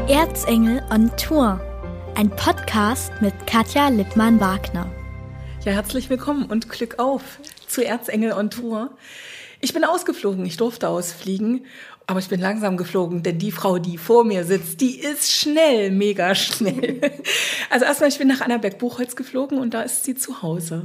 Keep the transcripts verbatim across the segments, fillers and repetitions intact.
Erzengel on Tour, ein Podcast mit Katja Lippmann-Wagner. Ja, herzlich willkommen und Glück auf zu Erzengel on Tour. Ich bin ausgeflogen, ich durfte ausfliegen, aber ich bin langsam geflogen, denn die Frau, die vor mir sitzt, die ist schnell, mega schnell. Also erstmal, ich bin nach Annaberg-Buchholz geflogen und da ist sie zu Hause.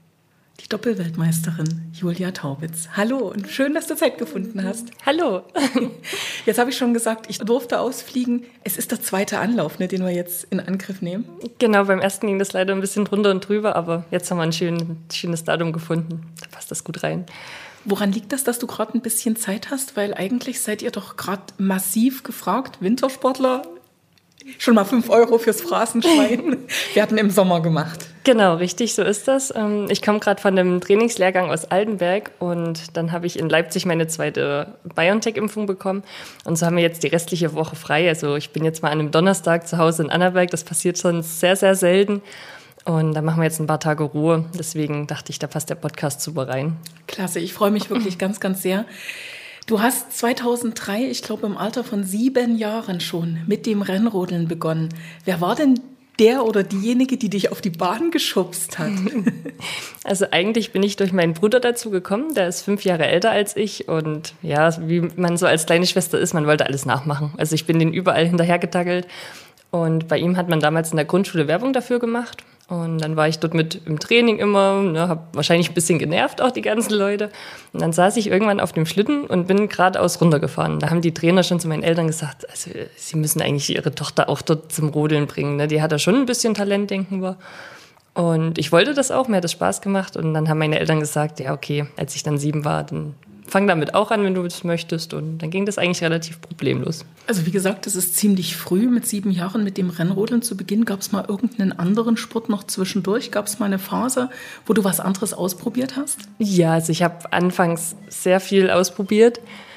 Die Doppelweltmeisterin Julia Taubitz. Hallo und schön, dass du Zeit gefunden hast. Hallo. Jetzt habe ich schon gesagt, ich durfte ausfliegen. Es ist der zweite Anlauf, ne, den wir jetzt in Angriff nehmen. Genau, beim ersten ging das leider ein bisschen drunter und drüber, aber jetzt haben wir ein schön, schönes Datum gefunden. Da passt das gut rein. Woran liegt das, dass du gerade ein bisschen Zeit hast? Weil eigentlich seid ihr doch gerade massiv gefragt, Wintersportler. Schon mal fünf Euro fürs Phrasenschwein. Wir hatten im Sommer gemacht. Genau, richtig, so ist das. Ich komme gerade von einem Trainingslehrgang aus Altenberg und dann habe ich in Leipzig meine zweite BioNTech-Impfung bekommen. Und so haben wir jetzt die restliche Woche frei. Also ich bin jetzt mal an einem Donnerstag zu Hause in Annaberg. Das passiert sonst sehr, sehr selten. Und da machen wir jetzt ein paar Tage Ruhe. Deswegen dachte ich, da passt der Podcast super rein. Klasse, ich freue mich wirklich ganz, ganz sehr. Du hast zweitausenddrei, ich glaube im Alter von sieben Jahren schon, mit dem Rennrodeln begonnen. Wer war denn der oder diejenige, die dich auf die Bahn geschubst hat? Also eigentlich bin ich durch meinen Bruder dazu gekommen. Der ist fünf Jahre älter als ich. Und ja, wie man so als kleine Schwester ist, man wollte alles nachmachen. Also ich bin den überall hinterhergetackelt. Und bei ihm hat man damals in der Grundschule Werbung dafür gemacht. Und dann war ich dort mit im Training immer, ne, habe wahrscheinlich ein bisschen genervt auch die ganzen Leute. Und dann saß ich irgendwann auf dem Schlitten und bin geradeaus runtergefahren. Da haben die Trainer schon zu meinen Eltern gesagt, also sie müssen eigentlich ihre Tochter auch dort zum Rodeln bringen. Ne? Die hat da schon ein bisschen Talent, denken wir. Und ich wollte das auch, mir hat das Spaß gemacht. Und dann haben meine Eltern gesagt, ja okay, als ich dann sieben war, dann fang damit auch an, wenn du das möchtest. Und dann ging das eigentlich relativ problemlos. Also wie gesagt, das ist ziemlich früh, mit sieben Jahren mit dem Rennrodeln zu beginnen. Gab es mal irgendeinen anderen Sport noch zwischendurch? Gab es mal eine Phase, wo du was anderes ausprobiert hast? Ja, also ich habe anfangs sehr viel ausprobiert.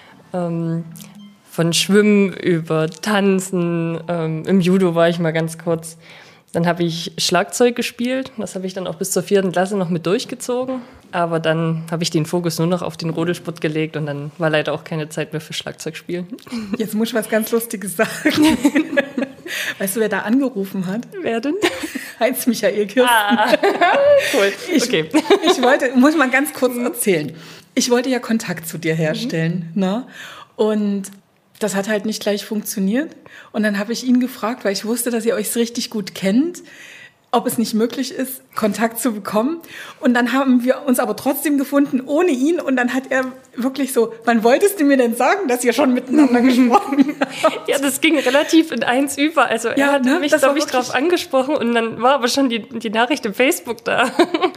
Ähm, von Schwimmen über Tanzen. Ähm, im Judo war ich mal ganz kurz. Dann habe ich Schlagzeug gespielt. Das habe ich dann auch bis zur vierten Klasse noch mit durchgezogen. Aber dann habe ich den Fokus nur noch auf den Rodelsport gelegt und dann war leider auch keine Zeit mehr für Schlagzeugspielen. Jetzt muss ich was ganz Lustiges sagen. Weißt du, wer da angerufen hat? Wer denn? Heinz-Michael Kirsten. Ah, cool. Okay. Ich, ich wollte, muss ich mal ganz kurz erzählen. Ich wollte ja Kontakt zu dir herstellen. Mhm. Ne? Und das hat halt nicht gleich funktioniert. Und dann habe ich ihn gefragt, weil ich wusste, dass ihr euch richtig gut kennt, ob es nicht möglich ist, Kontakt zu bekommen. Und dann haben wir uns aber trotzdem gefunden, ohne ihn. Und dann hat er wirklich so, wann wolltest du mir denn sagen, dass ihr schon miteinander gesprochen habt? Ja, das ging relativ in eins über. Also er ja, hat ne? mich, glaube ich, drauf angesprochen und dann war aber schon die, die Nachricht im Facebook da.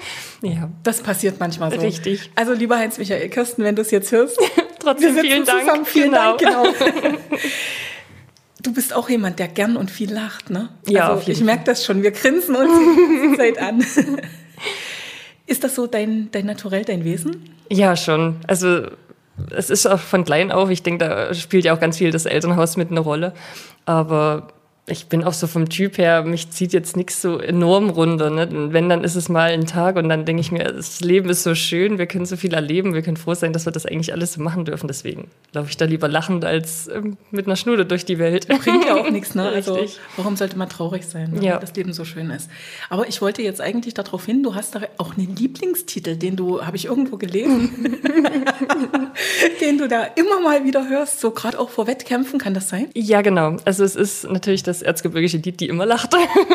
Ja. Das passiert manchmal so. Richtig. Also lieber Heinz-Michael Kirsten, wenn du es jetzt hörst. Trotzdem wir vielen Dank. Zusammen. Vielen genau. Dank, genau. Du bist auch jemand, der gern und viel lacht, ne? Ja, also, ich merke das schon. Wir grinsen uns die ganze Zeit an. Ist das so dein, dein Naturell, dein Wesen? Ja, schon. Also es ist auch von klein auf. Ich denke, da spielt ja auch ganz viel das Elternhaus mit eine Rolle. Aber ich bin auch so vom Typ her, mich zieht jetzt nichts so enorm runter. Ne? Und wenn, dann ist es mal ein Tag und dann denke ich mir, das Leben ist so schön, wir können so viel erleben, wir können froh sein, dass wir das eigentlich alles so machen dürfen. Deswegen laufe ich da lieber lachend als ähm, mit einer Schnude durch die Welt. Bringt ja auch nichts, ne? Also Richtig. Warum sollte man traurig sein, ne? Ja. Wenn das Leben so schön ist? Aber ich wollte jetzt eigentlich darauf hin, du hast da auch einen Lieblingstitel, den du, habe ich irgendwo gelesen, den du da immer mal wieder hörst, so gerade auch vor Wettkämpfen, kann das sein? Ja, genau. Also es ist natürlich das erzgebirgische Lied, die immer lacht.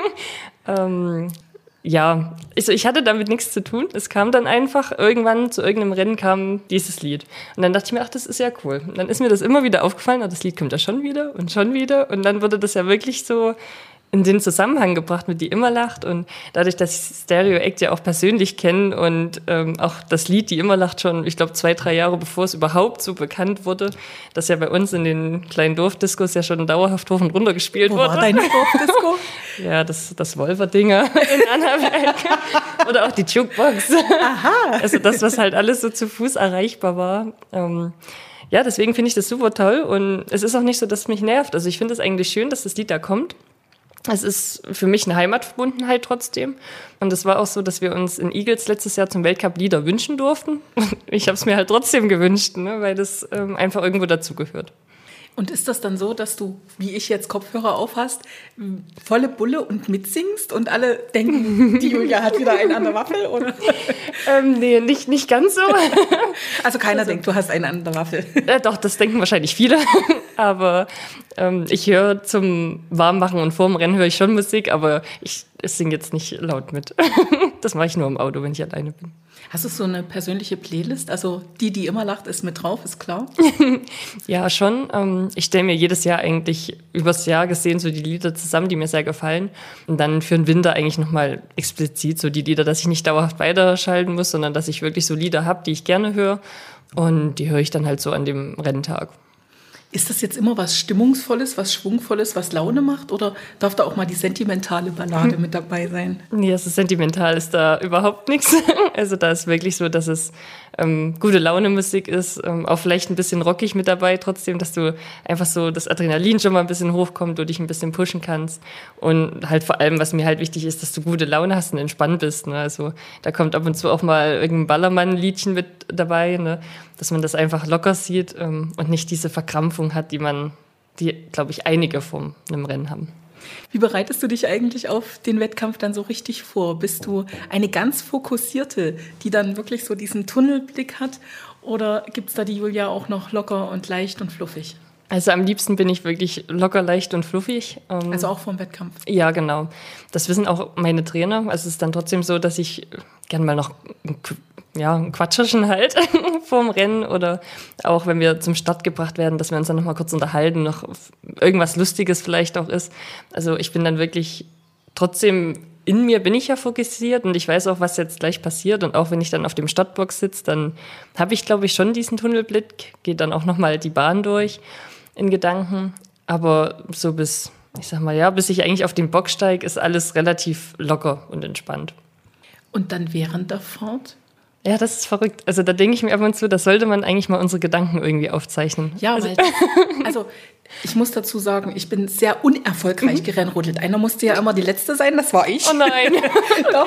ähm, ja, also ich hatte damit nichts zu tun. Es kam dann einfach, irgendwann zu irgendeinem Rennen kam dieses Lied. Und dann dachte ich mir, ach, das ist ja cool. Und dann ist mir das immer wieder aufgefallen, oh, das Lied kommt ja schon wieder und schon wieder. Und dann wurde das ja wirklich so in den Zusammenhang gebracht mit Die immer lacht. Und dadurch, dass ich Stereo Act ja auch persönlich kenne und ähm, auch das Lied Die immer lacht schon, ich glaube, zwei, drei Jahre bevor es überhaupt so bekannt wurde, das ja bei uns in den kleinen Dorfdiskos ja schon dauerhaft hoch und runter gespielt Wo wurde. war deine Dorfdisco? Ja, das, das Wolverdinger in Annaberg. Oder auch die Jukebox. Aha. Also das, was halt alles so zu Fuß erreichbar war. Ähm, ja, deswegen finde ich das super toll. Und es ist auch nicht so, dass es mich nervt. Also ich finde es eigentlich schön, dass das Lied da kommt. Es ist für mich eine Heimatverbundenheit trotzdem. Und es war auch so, dass wir uns in Igels letztes Jahr zum Weltcup Lieder wünschen durften. Ich habe es mir halt trotzdem gewünscht, ne, weil das ähm, einfach irgendwo dazugehört. Und ist das dann so, dass du, wie ich jetzt Kopfhörer aufhast, volle Bulle und mitsingst und alle denken, die Julia hat wieder einen an der Waffel? Oder? ähm, nee, nicht, nicht ganz so. Also keiner also, denkt, du hast einen an der Waffel. Äh, doch, das denken wahrscheinlich viele. Aber ähm, ich höre zum Warmmachen und vorm Rennen höre ich schon Musik, aber ich, ich singe jetzt nicht laut mit. Das mache ich nur im Auto, wenn ich alleine bin. Hast du so eine persönliche Playlist? Also die, die immer lacht, ist mit drauf, ist klar? Ja, schon. Ähm, ich stelle mir jedes Jahr eigentlich übers Jahr gesehen so die Lieder zusammen, die mir sehr gefallen. Und dann für den Winter eigentlich nochmal explizit so die Lieder, dass ich nicht dauerhaft weiterschalten muss, sondern dass ich wirklich so Lieder habe, die ich gerne höre. Und die höre ich dann halt so an dem Renntag. Ist das jetzt immer was Stimmungsvolles, was Schwungvolles, was Laune macht? Oder darf da auch mal die sentimentale Ballade mit dabei sein? Nee, also sentimental ist da überhaupt nichts. Also da ist wirklich so, dass es ähm, gute Laune-Musik ist, ähm, auch vielleicht ein bisschen rockig mit dabei trotzdem, dass du einfach so das Adrenalin schon mal ein bisschen hochkommt, du dich ein bisschen pushen kannst. Und halt vor allem, was mir halt wichtig ist, dass du gute Laune hast und entspannt bist. Ne? Also da kommt ab und zu auch mal irgendein Ballermann-Liedchen mit dabei, ne? Dass man das einfach locker sieht ähm, und nicht diese Verkrampfung hat, die man, die, glaube ich, einige von einem Rennen haben. Wie bereitest du dich eigentlich auf den Wettkampf dann so richtig vor? Bist du eine ganz fokussierte, die dann wirklich so diesen Tunnelblick hat? Oder gibt es da die Julia auch noch locker und leicht und fluffig? Also am liebsten bin ich wirklich locker, leicht und fluffig. Also auch vorm Wettkampf? Ja, genau. Das wissen auch meine Trainer. Also es ist dann trotzdem so, dass ich gern mal noch ja, ein Quatscherchen halt vorm Rennen oder auch wenn wir zum Start gebracht werden, dass wir uns dann noch mal kurz unterhalten, noch irgendwas Lustiges vielleicht auch ist. Also ich bin dann wirklich trotzdem, in mir bin ich ja fokussiert und ich weiß auch, was jetzt gleich passiert. Und auch wenn ich dann auf dem Startbox sitze, dann habe ich, glaube ich, schon diesen Tunnelblick, geht dann auch noch mal die Bahn durch in Gedanken. Aber so bis, ich sag mal, ja, bis ich eigentlich auf den Bock steige, ist alles relativ locker und entspannt. Und dann während der Fahrt? Ja, das ist verrückt. Also da denke ich mir ab und zu, das sollte man eigentlich mal unsere Gedanken irgendwie aufzeichnen. Ja, also, weil, also ich muss dazu sagen, ich bin sehr unerfolgreich mhm. gerennrodelt. Einer musste ja immer die Letzte sein, das war ich. Oh nein. Doch.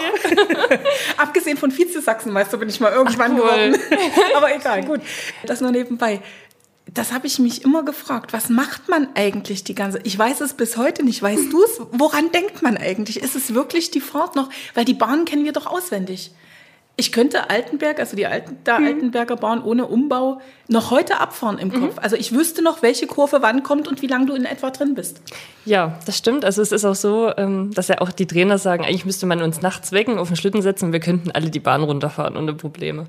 Abgesehen von Vize-Sachsenmeister bin ich mal irgendwann Ach, cool. geworden. Aber egal, gut. Das nur nebenbei. Das habe ich mich immer gefragt. Was macht man eigentlich die ganze... Ich weiß es bis heute nicht. Weißt du es? Woran denkt man eigentlich? Ist es wirklich die Fahrt noch? Weil die Bahn kennen wir doch auswendig. Ich könnte Altenberg, also die Alten, der mhm. Altenberger Bahn ohne Umbau, noch heute abfahren im Kopf. Mhm. Also ich wüsste noch, welche Kurve wann kommt und wie lange du in etwa drin bist. Ja, das stimmt. Also es ist auch so, dass ja auch die Trainer sagen, eigentlich müsste man uns nachts wecken, auf den Schlitten setzen und wir könnten alle die Bahn runterfahren ohne Probleme.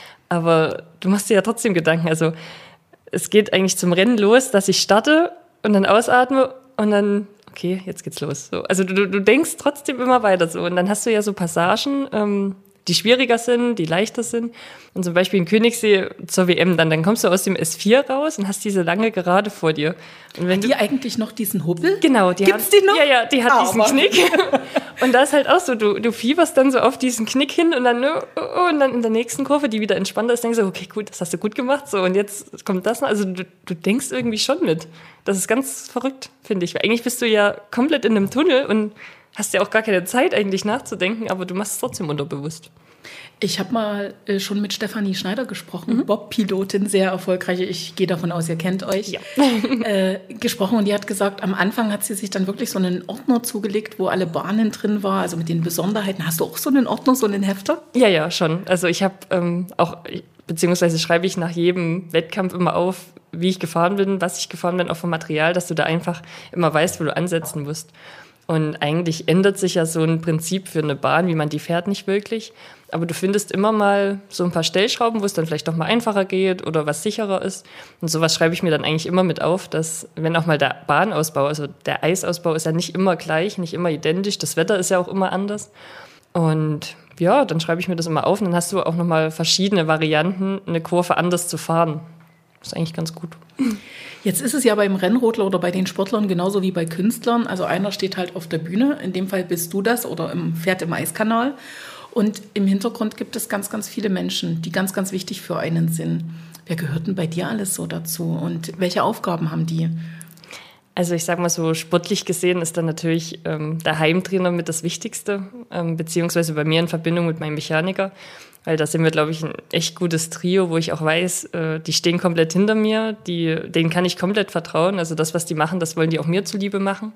Aber du machst dir ja trotzdem Gedanken. Also es geht eigentlich zum Rennen los, dass ich starte und dann ausatme und dann... Okay, jetzt geht's los. So, also du, du denkst trotzdem immer weiter so. Und dann hast du ja so Passagen, ähm, die schwieriger sind, die leichter sind. Und zum Beispiel in Königssee zur W M, dann, dann kommst du aus dem S vier raus und hast diese lange Gerade vor dir. Und wenn hat die du, eigentlich noch diesen Hubbel? Genau. Die Gibt's hat, die noch? Ja, ja, die hat ah, diesen Knick. Und da ist halt auch so, du, du fieberst dann so auf diesen Knick hin und dann, oh, und dann in der nächsten Kurve, die wieder entspannter ist, denkst du, okay, gut, das hast du gut gemacht. So, und jetzt kommt das noch. Also du, du denkst irgendwie schon mit. Das ist ganz verrückt, finde ich. Weil eigentlich bist du ja komplett in einem Tunnel und hast ja auch gar keine Zeit eigentlich nachzudenken, aber du machst es trotzdem unterbewusst. Ich habe mal äh, schon mit Stefanie Schneider gesprochen, mhm. Bob-Pilotin, sehr erfolgreich, ich gehe davon aus, ihr kennt euch, ja. äh, gesprochen und die hat gesagt, am Anfang hat sie sich dann wirklich so einen Ordner zugelegt, wo alle Bahnen drin war, also mit den Besonderheiten. Hast du auch so einen Ordner, so einen Hefter? Ja, ja, schon. Also ich habe ähm, auch, beziehungsweise schreibe ich nach jedem Wettkampf immer auf, wie ich gefahren bin, was ich gefahren bin, auch vom Material, dass du da einfach immer weißt, wo du ansetzen musst. Und eigentlich ändert sich ja so ein Prinzip für eine Bahn, wie man die fährt, nicht wirklich. Aber du findest immer mal so ein paar Stellschrauben, wo es dann vielleicht doch mal einfacher geht oder was sicherer ist. Und sowas schreibe ich mir dann eigentlich immer mit auf, dass wenn auch mal der Bahnausbau, also der Eisausbau ist ja nicht immer gleich, nicht immer identisch. Das Wetter ist ja auch immer anders. Und ja, dann schreibe ich mir das immer auf und dann hast du auch noch mal verschiedene Varianten, eine Kurve anders zu fahren. Das ist eigentlich ganz gut. Jetzt ist es ja beim Rennrodler oder bei den Sportlern genauso wie bei Künstlern. Also einer steht halt auf der Bühne, in dem Fall bist du das, oder im, fährt im Eiskanal. Und im Hintergrund gibt es ganz, ganz viele Menschen, die ganz, ganz wichtig für einen sind. Wer gehört denn bei dir alles so dazu und welche Aufgaben haben die? Also ich sage mal so, sportlich gesehen ist dann natürlich ähm, der Heimtrainer mit das Wichtigste, ähm, beziehungsweise bei mir in Verbindung mit meinem Mechaniker. Weil da sind wir, glaube ich, ein echt gutes Trio, wo ich auch weiß, äh, die stehen komplett hinter mir, die, denen kann ich komplett vertrauen. Also das, was die machen, das wollen die auch mir zuliebe machen.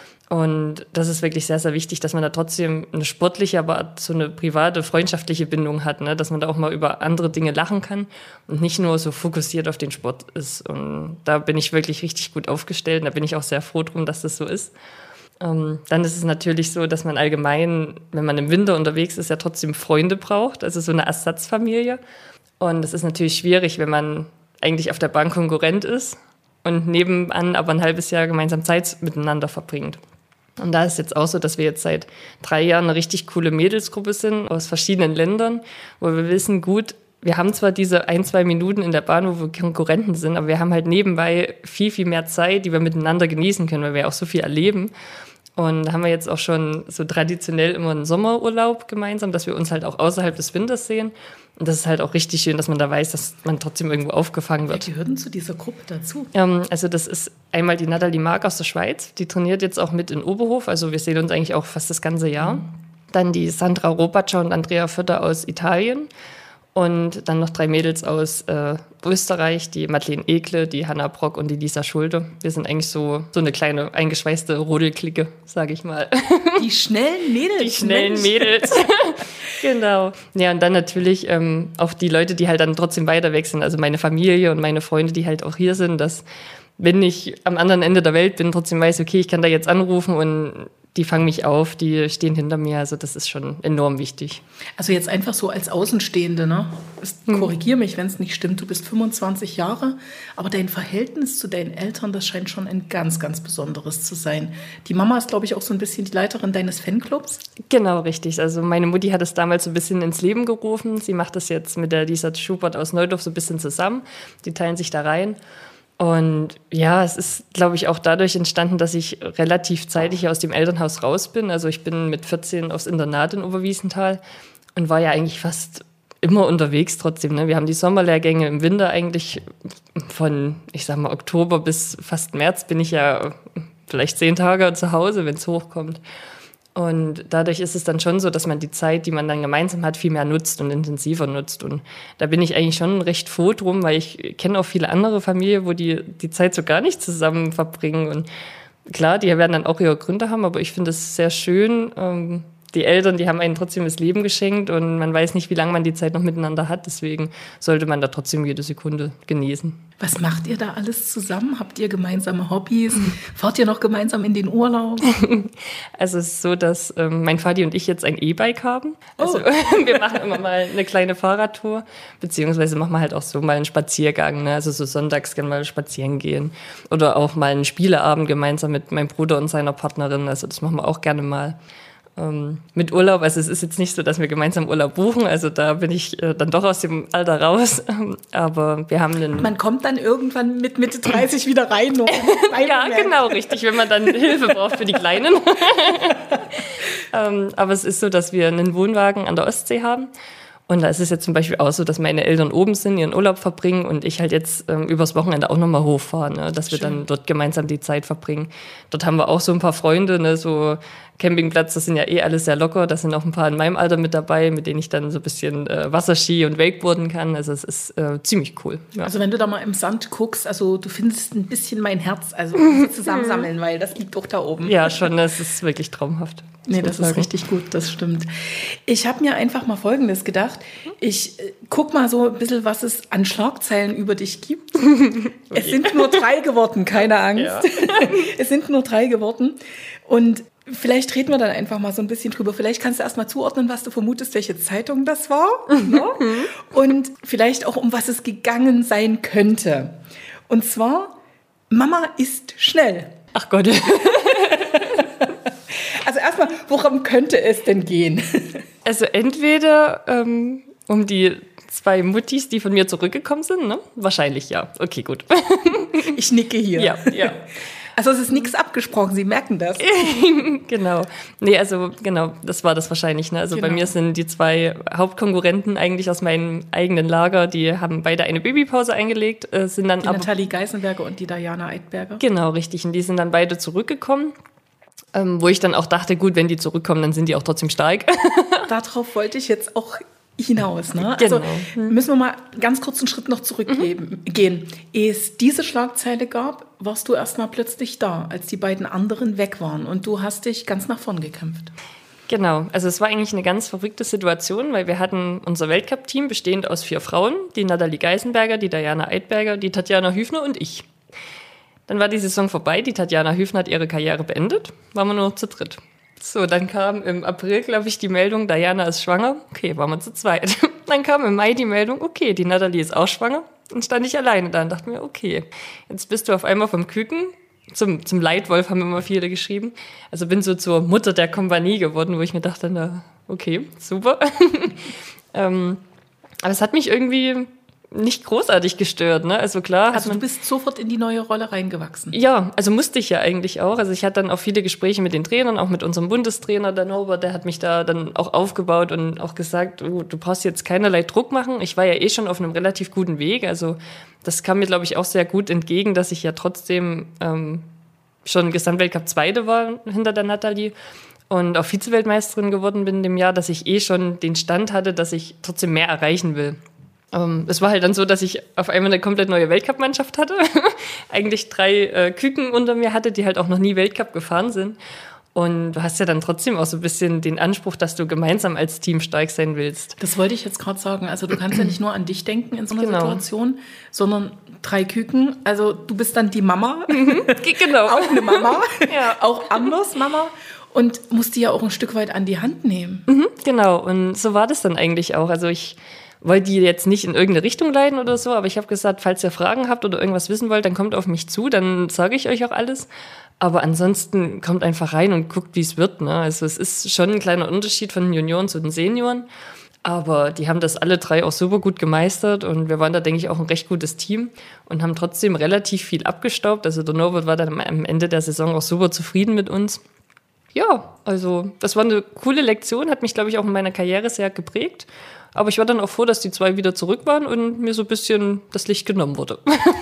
Und das ist wirklich sehr, sehr wichtig, dass man da trotzdem eine sportliche, aber so eine private, freundschaftliche Bindung hat, ne? Dass man da auch mal über andere Dinge lachen kann und nicht nur so fokussiert auf den Sport ist. Und da bin ich wirklich richtig gut aufgestellt und da bin ich auch sehr froh drum, dass das so ist. Ähm, dann ist es natürlich so, dass man allgemein, wenn man im Winter unterwegs ist, ja trotzdem Freunde braucht, also so eine Ersatzfamilie. Und es ist natürlich schwierig, wenn man eigentlich auf der Bahn Konkurrent ist und nebenan aber ein halbes Jahr gemeinsam Zeit miteinander verbringt. Und da ist jetzt auch so, dass wir jetzt seit drei Jahren eine richtig coole Mädelsgruppe sind aus verschiedenen Ländern, wo wir wissen, gut, wir haben zwar diese ein, zwei Minuten in der Bahn, wo wir Konkurrenten sind, aber wir haben halt nebenbei viel, viel mehr Zeit, die wir miteinander genießen können, weil wir auch so viel erleben. Und da haben wir jetzt auch schon so traditionell immer einen Sommerurlaub gemeinsam, dass wir uns halt auch außerhalb des Winters sehen. Und das ist halt auch richtig schön, dass man da weiß, dass man trotzdem irgendwo aufgefangen wird. Wer gehören zu dieser Gruppe dazu? Ähm, also das ist einmal die Nathalie Mark aus der Schweiz, die trainiert jetzt auch mit in Oberhof, also wir sehen uns eigentlich auch fast das ganze Jahr. Mhm. Dann die Sandra Robatscher und Andrea Vötter aus Italien. Und dann noch drei Mädels aus äh, Österreich, die Madeleine Ekle, die Hanna Brock und die Lisa Schulte. Wir sind eigentlich so, so eine kleine, eingeschweißte Rodelklicke, sage ich mal. Die schnellen Mädels. Die schnellen Mädels. Genau. Ja, und dann natürlich ähm, auch die Leute, die halt dann trotzdem weiter weg sind. Also meine Familie und meine Freunde, die halt auch hier sind, dass, wenn ich am anderen Ende der Welt bin, trotzdem weiß, okay, ich kann da jetzt anrufen und die fangen mich auf, die stehen hinter mir. Also das ist schon enorm wichtig. Also jetzt einfach so als Außenstehende, ne? Hm. Korrigier mich, wenn es nicht stimmt. Du bist fünfundzwanzig Jahre, aber dein Verhältnis zu deinen Eltern, das scheint schon ein ganz, ganz besonderes zu sein. Die Mama ist, glaube ich, auch so ein bisschen die Leiterin deines Fanclubs. Genau, richtig. Also meine Mutti hat es damals so ein bisschen ins Leben gerufen. Sie macht das jetzt mit der Lisa Schubert aus Neudorf so ein bisschen zusammen. Die teilen sich da rein. Und ja, es ist, glaube ich, auch dadurch entstanden, dass ich relativ zeitig aus dem Elternhaus raus bin. Also ich bin mit vierzehn aufs Internat in Oberwiesenthal und war ja eigentlich fast immer unterwegs trotzdem. Ne? Wir haben die Sommerlehrgänge im Winter eigentlich von, ich sag mal, Oktober bis fast März bin ich ja vielleicht zehn Tage zu Hause, wenn es hochkommt. Und dadurch ist es dann schon so, dass man die Zeit, die man dann gemeinsam hat, viel mehr nutzt und intensiver nutzt. Und da bin ich eigentlich schon recht froh drum, weil ich kenne auch viele andere Familien, wo die die Zeit so gar nicht zusammen verbringen. Und klar, die werden dann auch ihre Gründe haben, aber ich finde es sehr schön. Ähm, die Eltern, die haben einen trotzdem das Leben geschenkt und man weiß nicht, wie lange man die Zeit noch miteinander hat. Deswegen sollte man da trotzdem jede Sekunde genießen. Was macht ihr da alles zusammen? Habt ihr gemeinsame Hobbys? Fahrt ihr noch gemeinsam in den Urlaub? Also es ist so, dass ähm, mein Vati und ich jetzt ein E-Bike haben. Also oh. Wir machen immer mal eine kleine Fahrradtour, beziehungsweise machen wir halt auch so mal einen Spaziergang. Ne? Also so sonntags gerne mal spazieren gehen. Oder auch mal einen Spieleabend gemeinsam mit meinem Bruder und seiner Partnerin. Also das machen wir auch gerne mal. Ähm, mit Urlaub, also es ist jetzt nicht so, dass wir gemeinsam Urlaub buchen, also da bin ich äh, dann doch aus dem Alter raus, ähm, aber wir haben einen... Man kommt dann irgendwann mit Mitte dreißig wieder rein. Ja, genau, richtig, wenn man dann Hilfe braucht für die Kleinen. ähm, aber es ist so, dass wir einen Wohnwagen an der Ostsee haben. Und da ist es jetzt zum Beispiel auch so, dass meine Eltern oben sind, ihren Urlaub verbringen und ich halt jetzt ähm, übers Wochenende auch nochmal hochfahre, ne, dass wir Schön. Dann dort gemeinsam die Zeit verbringen. Dort haben wir auch so ein paar Freunde, ne, so Campingplatz, das sind ja eh alles sehr locker. Da sind auch ein paar in meinem Alter mit dabei, mit denen ich dann so ein bisschen äh, Wasserski und Wakeboarden kann. Also es ist äh, ziemlich cool. Ja. Also wenn du da mal im Sand guckst, also du findest ein bisschen mein Herz, also wir zusammensammeln, weil das liegt doch da oben. Ja, schon, das ist wirklich traumhaft. Nee, das ist richtig gut, das stimmt. Ich habe mir einfach mal Folgendes gedacht. Ich äh, guck mal so ein bisschen, was es an Schlagzeilen über dich gibt. Es sind nur drei geworden, keine Angst. Ja. Es sind nur drei geworden. Und vielleicht reden wir dann einfach mal so ein bisschen drüber. Vielleicht kannst du erst mal zuordnen, was du vermutest, welche Zeitung das war. Ne? Und vielleicht auch, um was es gegangen sein könnte. Und zwar, Mama ist schnell. Ach Gott. Also erstmal, worum könnte es denn gehen? Also entweder ähm, um die zwei Muttis, die von mir zurückgekommen sind, ne? Wahrscheinlich ja. Okay, gut. Ich nicke hier. Ja, ja. Also es ist nichts abgesprochen, Sie merken das. Genau. Nee, also genau, das war das wahrscheinlich. Ne? Also genau. Bei mir sind die zwei Hauptkonkurrenten eigentlich aus meinem eigenen Lager, die haben beide eine Babypause eingelegt, äh, sind dann die aber... Nathalie Geisenberger und die Diana Eidberger. Genau, richtig. Und die sind dann beide zurückgekommen. Ähm, wo ich dann auch dachte, gut, wenn die zurückkommen, dann sind die auch trotzdem stark. Darauf wollte ich jetzt auch hinaus. Ne? Also Genau. müssen wir mal ganz kurz einen Schritt noch zurückgehen. Mhm. Ehe es diese Schlagzeile gab, warst du erst mal plötzlich da, als die beiden anderen weg waren. Und du hast dich ganz nach vorn gekämpft. Genau, also es war eigentlich eine ganz verrückte Situation, weil wir hatten unser Weltcup-Team bestehend aus vier Frauen, die Nathalie Geisenberger, die Diana Eidberger, die Tatjana Hüfner und ich. Dann war die Saison vorbei, die Tatjana Hüfner hat ihre Karriere beendet, waren wir nur noch zu dritt. So, dann kam im April, glaube ich, die Meldung, Diana ist schwanger. Okay, waren wir zu zweit. Dann kam im Mai die Meldung, okay, die Nathalie ist auch schwanger. Dann stand ich alleine da und dachte mir, okay, jetzt bist du auf einmal vom Küken. Zum, zum Leitwolf haben immer viele geschrieben. Also bin so zur Mutter der Kompanie geworden, wo ich mir dachte, na, okay, super. ähm, aber es hat mich irgendwie nicht großartig gestört, ne? Also klar. Also man, du bist sofort in die neue Rolle reingewachsen. Ja, also musste ich ja eigentlich auch. Also ich hatte dann auch viele Gespräche mit den Trainern, auch mit unserem Bundestrainer, der Norbert, der hat mich da dann auch aufgebaut und auch gesagt, du, du brauchst jetzt keinerlei Druck machen. Ich war ja eh schon auf einem relativ guten Weg. Also das kam mir, glaube ich, auch sehr gut entgegen, dass ich ja trotzdem ähm, schon Gesamtweltcup Zweite war hinter der Nathalie und auch Vize-Weltmeisterin geworden bin in dem Jahr, dass ich eh schon den Stand hatte, dass ich trotzdem mehr erreichen will. Ähm, es war halt dann so, dass ich auf einmal eine komplett neue Weltcup-Mannschaft hatte. Eigentlich drei äh, Küken unter mir hatte, die halt auch noch nie Weltcup gefahren sind. Und du hast ja dann trotzdem auch so ein bisschen den Anspruch, dass du gemeinsam als Team stark sein willst. Das wollte ich jetzt gerade sagen. Also du kannst ja nicht nur an dich denken in so einer Genau. Situation, sondern drei Küken. Also du bist dann die Mama. Genau. Auch eine Mama. Ja. Auch anders Mama. Und musst die ja auch ein Stück weit an die Hand nehmen. Mhm, genau. Und so war das dann eigentlich auch. Also ich wollte die jetzt nicht in irgendeine Richtung leiten oder so, aber ich habe gesagt, falls ihr Fragen habt oder irgendwas wissen wollt, dann kommt auf mich zu, dann sage ich euch auch alles. Aber ansonsten kommt einfach rein und guckt, wie es wird. Ne? Also es ist schon ein kleiner Unterschied von den Junioren zu den Senioren. Aber die haben das alle drei auch super gut gemeistert. Und wir waren da, denke ich, auch ein recht gutes Team und haben trotzdem relativ viel abgestaubt. Also der Norbert war dann am Ende der Saison auch super zufrieden mit uns. Ja, also das war eine coole Lektion, hat mich, glaube ich, auch in meiner Karriere sehr geprägt. Aber ich war dann auch froh, dass die zwei wieder zurück waren und mir so ein bisschen das Licht genommen wurde.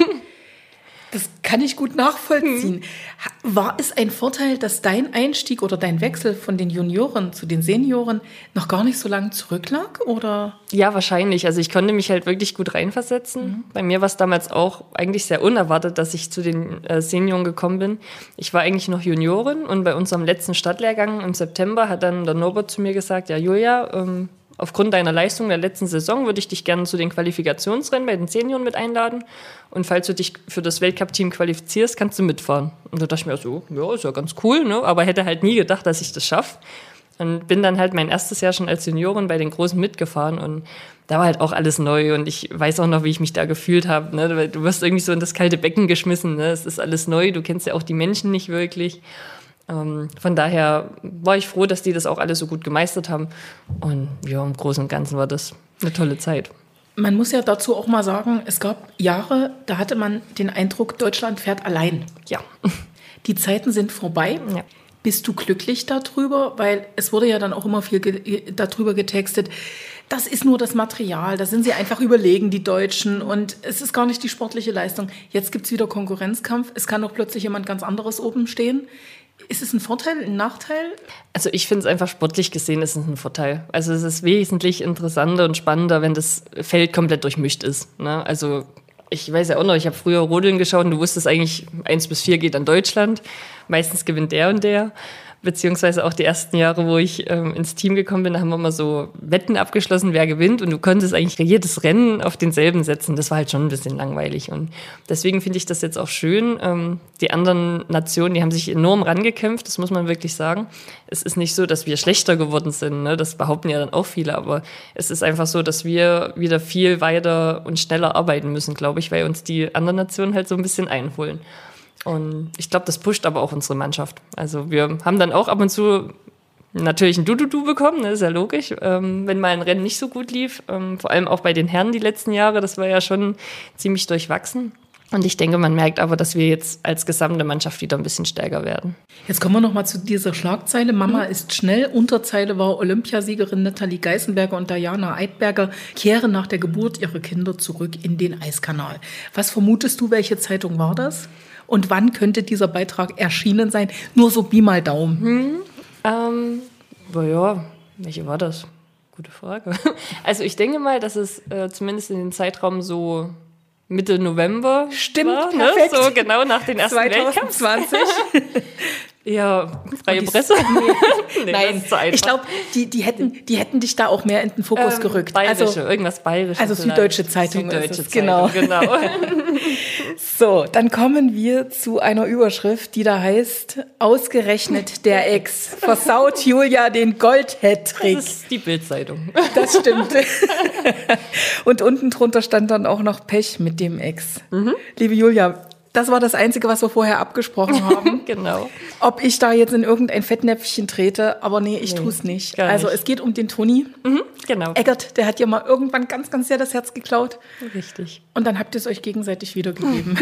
Das kann ich gut nachvollziehen. Hm. War es ein Vorteil, dass dein Einstieg oder dein Wechsel von den Junioren zu den Senioren noch gar nicht so lange zurücklag? Oder? Ja, wahrscheinlich. Also ich konnte mich halt wirklich gut reinversetzen. Mhm. Bei mir war es damals auch eigentlich sehr unerwartet, dass ich zu den äh, Senioren gekommen bin. Ich war eigentlich noch Juniorin und bei unserem letzten Stadtlehrgang im September hat dann der Norbert zu mir gesagt, ja Julia, ähm, aufgrund deiner Leistung der letzten Saison würde ich dich gerne zu den Qualifikationsrennen bei den Senioren mit einladen. Und falls du dich für das Weltcup-Team qualifizierst, kannst du mitfahren. Und da dachte ich mir so, ja, ist ja ganz cool, ne? Aber hätte halt nie gedacht, dass ich das schaffe. Und bin dann halt mein erstes Jahr schon als Juniorin bei den Großen mitgefahren. Und da war halt auch alles neu. Und ich weiß auch noch, wie ich mich da gefühlt habe. Ne? Du wirst irgendwie so in das kalte Becken geschmissen. Ne? Es ist alles neu, du kennst ja auch die Menschen nicht wirklich. Ähm, von daher war ich froh, dass die das auch alle so gut gemeistert haben. Und ja, im Großen und Ganzen war das eine tolle Zeit. Man muss ja dazu auch mal sagen, es gab Jahre, da hatte man den Eindruck, Deutschland fährt allein. Ja. Die Zeiten sind vorbei. Ja. Bist du glücklich darüber? Weil es wurde ja dann auch immer viel ge- darüber getextet, das ist nur das Material, da sind sie einfach überlegen, die Deutschen, und es ist gar nicht die sportliche Leistung. Jetzt gibt es wieder Konkurrenzkampf, es kann doch plötzlich jemand ganz anderes oben stehen. Ist es ein Vorteil, ein Nachteil? Also ich finde es einfach sportlich gesehen, ist es ein Vorteil. Also es ist wesentlich interessanter und spannender, wenn das Feld komplett durchmischt ist. Ne? Also ich weiß ja auch noch, ich habe früher Rodeln geschaut und du wusstest eigentlich, eins bis vier geht an Deutschland. Meistens gewinnt der und der. Beziehungsweise auch die ersten Jahre, wo ich ähm, ins Team gekommen bin, da haben wir mal so Wetten abgeschlossen, wer gewinnt. Und du konntest eigentlich jedes Rennen auf denselben setzen. Das war halt schon ein bisschen langweilig. Und deswegen finde ich das jetzt auch schön. Ähm, die anderen Nationen, die haben sich enorm rangekämpft, das muss man wirklich sagen. Es ist nicht so, dass wir schlechter geworden sind. Ne? Das behaupten ja dann auch viele. Aber es ist einfach so, dass wir wieder viel weiter und schneller arbeiten müssen, glaube ich, weil uns die anderen Nationen halt so ein bisschen einholen. Und ich glaube, das pusht aber auch unsere Mannschaft. Also wir haben dann auch ab und zu natürlich ein Du-Du-Du bekommen, ne, ist ja logisch, ähm, wenn mal ein Rennen nicht so gut lief. Ähm, vor allem auch bei den Herren die letzten Jahre, das war ja schon ziemlich durchwachsen. Und ich denke, man merkt aber, dass wir jetzt als gesamte Mannschaft wieder ein bisschen stärker werden. Jetzt kommen wir noch mal zu dieser Schlagzeile. Mama mhm. ist schnell. Unterzeile war, Olympiasiegerin Nathalie Geisenberger und Diana Eidberger kehren nach der Geburt ihrer Kinder zurück in den Eiskanal. Was vermutest du, welche Zeitung war das? Und wann könnte dieser Beitrag erschienen sein? Nur so Pi mal Daumen. Hm, ähm, naja, welche war das? Gute Frage. Also ich denke mal, dass es äh, zumindest in den Zeitraum so Mitte November Stimmt, war, perfekt. Ne? So genau nach den ersten zwanzig zwanzig. Ja, freie Presse. Nee, nein, ich glaube, die, die, hätten, die hätten dich da auch mehr in den Fokus ähm, gerückt. Bayerische, also, irgendwas Bayerisches. Also Süddeutsche Zeitung. Süddeutsche ist es, Zeitung, genau. genau. So, dann kommen wir zu einer Überschrift, die da heißt, ausgerechnet der Ex versaut Julia den Gold-Hattrick. Das ist die Bild-Zeitung. Das stimmt. Und unten drunter stand dann auch noch Pech mit dem Ex. Mhm. Liebe Julia, das war das Einzige, was wir vorher abgesprochen haben. Genau. Ob ich da jetzt in irgendein Fettnäpfchen trete, aber nee, ich nee, tue es nicht. Also nicht. Es geht um den Toni. Mhm, genau. Eggert, der hat dir mal irgendwann ganz, ganz sehr das Herz geklaut. Richtig. Und dann habt ihr es euch gegenseitig wiedergegeben.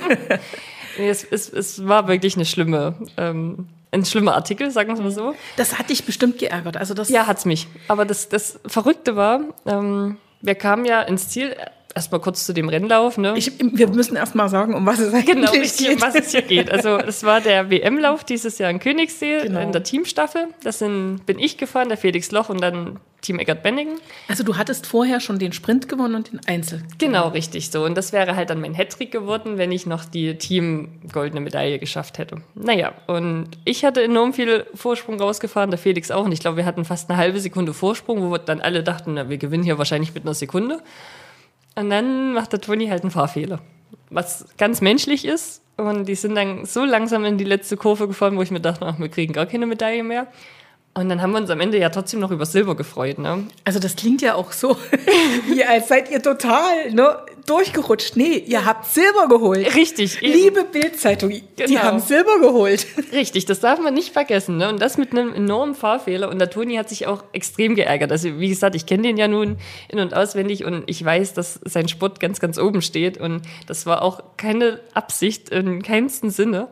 nee, es, es, es war wirklich eine schlimme, ähm, ein schlimmer Artikel, sagen wir es mal so. Das hat dich bestimmt geärgert. Also das ja, hat's mich. Aber das, das Verrückte war, ähm, wir kamen ja ins Ziel. Erstmal kurz zu dem Rennlauf. Ne? Ich, wir müssen erst mal sagen, um was es eigentlich genau, geht. Genau, um was es hier geht. Also es war der W M-Lauf dieses Jahr in Königssee genau. in der Teamstaffel. Das sind, bin ich gefahren, der Felix Loch und dann Team Eggert-Benningen. Also du hattest vorher schon den Sprint gewonnen und den Einzel. Genau, richtig so. Und das wäre halt dann mein Hattrick geworden, wenn ich noch die Team-goldene Medaille geschafft hätte. Naja, und ich hatte enorm viel Vorsprung rausgefahren, der Felix auch. Und ich glaube, wir hatten fast eine halbe Sekunde Vorsprung, wo wir dann alle dachten, na, wir gewinnen hier wahrscheinlich mit einer Sekunde. Und dann macht der Toni halt einen Fahrfehler, was ganz menschlich ist. Und die sind dann so langsam in die letzte Kurve gefahren, wo ich mir dachte, ach, wir kriegen gar keine Medaille mehr. Und dann haben wir uns am Ende ja trotzdem noch über Silber gefreut. Ne? Also das klingt ja auch so, wie als seid ihr total ne, durchgerutscht. Nee, ihr habt Silber geholt. Richtig. Eben. Liebe Bild-Zeitung, die genau. haben Silber geholt. Richtig, das darf man nicht vergessen. Ne? Und das mit einem enormen Fahrfehler. Und der Toni hat sich auch extrem geärgert. Also wie gesagt, ich kenne den ja nun in- und auswendig und ich weiß, dass sein Sport ganz, ganz oben steht. Und das war auch keine Absicht in keinsten Sinne.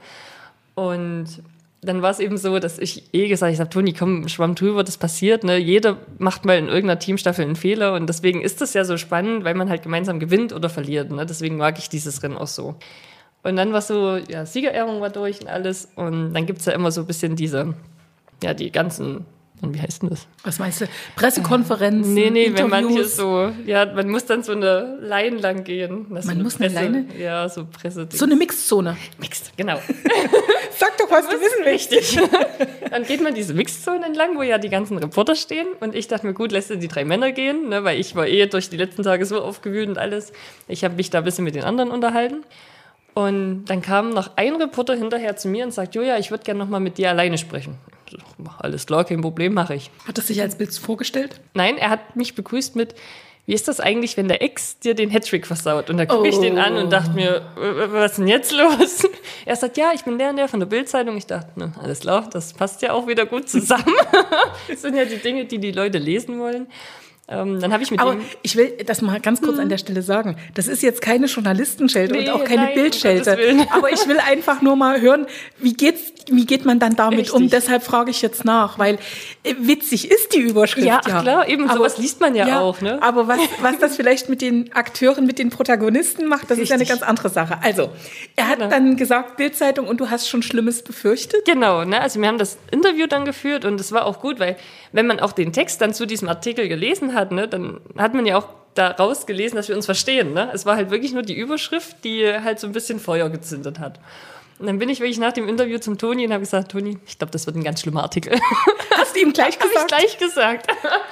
Und dann war es eben so, dass ich eh gesagt habe, Toni, komm, schwamm drüber, das passiert. Ne? Jeder macht mal in irgendeiner Teamstaffel einen Fehler und deswegen ist das ja so spannend, weil man halt gemeinsam gewinnt oder verliert. Ne? Deswegen mag ich dieses Rennen auch so. Und dann war so, ja, Siegerehrung war durch und alles und dann gibt's ja immer so ein bisschen diese, ja, die ganzen, und wie heißt denn das? Was meinst du? Pressekonferenzen, Nee, nee, Interviews. wenn man hier so, ja, man muss dann so eine Line lang gehen. Das man eine muss Presse, eine Leine? Ja, so Presse. So eine Mixzone. Mixed, genau. Sag doch, was du wissen willst. Richtig. Dann geht man diese Mixzone entlang, wo ja die ganzen Reporter stehen. Und ich dachte mir, gut, lässt du die drei Männer gehen, ne, weil ich war eh durch die letzten Tage so aufgewühlt und alles. Ich habe mich da ein bisschen mit den anderen unterhalten. Und dann kam noch ein Reporter hinterher zu mir und sagt, Julia, ich würde gerne noch mal mit dir alleine sprechen. Ich so, alles klar, kein Problem, mache ich. Hat er sich als Bild vorgestellt? Nein, er hat mich begrüßt mit, wie ist das eigentlich, wenn der Ex dir den Hattrick versaut? Und da gucke oh. ich den an und dachte mir, was ist denn jetzt los? Er sagt, ja, ich bin der und der von der Bild-Zeitung. Ich dachte, na, alles klar, das passt ja auch wieder gut zusammen. Das sind ja die Dinge, die die Leute lesen wollen. Ähm, dann habe ich mit Aber ihm ich will das mal ganz kurz hm. an der Stelle sagen. Das ist jetzt keine Journalistenschelte nee, und auch keine nein, Bildschelte. Um Aber ich will einfach nur mal hören, wie geht's, wie geht man dann damit Richtig. um? Deshalb frage ich jetzt nach, weil äh, witzig ist die Überschrift ja. Ja, klar, eben sowas liest man ja, ja auch. Ne? Aber was, was das vielleicht mit den Akteuren, mit den Protagonisten macht, das Richtig. ist ja eine ganz andere Sache. Also, er hat genau. dann gesagt, Bild-Zeitung, und du hast schon Schlimmes befürchtet? Genau, ne? Also wir haben das Interview dann geführt und es war auch gut, weil wenn man auch den Text dann zu diesem Artikel gelesen hat, ne, dann hat man ja auch daraus gelesen, dass wir uns verstehen. Ne? Es war halt wirklich nur die Überschrift, die halt so ein bisschen Feuer gezündet hat. Und dann bin ich wirklich nach dem Interview zum Toni und habe gesagt, Toni, ich glaube, das wird ein ganz schlimmer Artikel. Hast du ihm gleich gesagt? Habe ich gleich gesagt.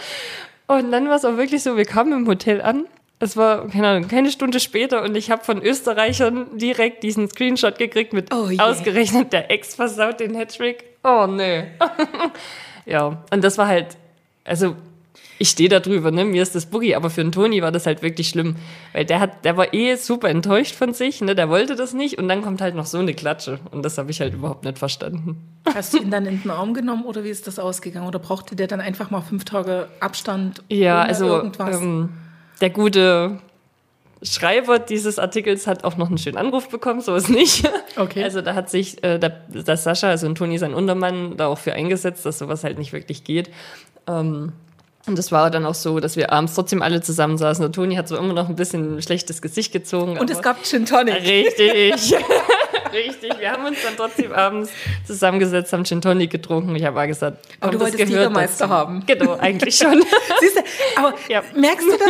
Und dann war es auch wirklich so, wir kamen im Hotel an. Es war, keine Ahnung, keine Stunde später und ich habe von Österreichern direkt diesen Screenshot gekriegt mit oh yeah. ausgerechnet, der Ex versaut den Hattrick. Oh, nee. Ja, und das war halt, also ich stehe da drüber, ne? Mir ist das Boogie, aber für den Toni war das halt wirklich schlimm, weil der hat, der war eh super enttäuscht von sich, ne? Der wollte das nicht und dann kommt halt noch so eine Klatsche und das habe ich halt überhaupt nicht verstanden. Hast du ihn dann in den Arm genommen oder wie ist das ausgegangen oder brauchte der dann einfach mal fünf Tage Abstand? Ja, also ähm, der gute Schreiber dieses Artikels hat auch noch einen schönen Anruf bekommen, so ist nicht. Okay. Also da hat sich äh, der, der Sascha, also ein Toni, sein Untermann, da auch für eingesetzt, dass sowas halt nicht wirklich geht. Ähm, Und das war dann auch so, dass wir abends trotzdem alle zusammensaßen. Der Toni hat so immer noch ein bisschen ein schlechtes Gesicht gezogen. Und es gab Gin Tonic. Richtig. Richtig, wir haben uns dann trotzdem abends zusammengesetzt, haben Gin Tonic getrunken. Ich habe auch gesagt, aber du wolltest Jägermeister haben. Genau, eigentlich schon. Siehst du, aber ja. merkst du das?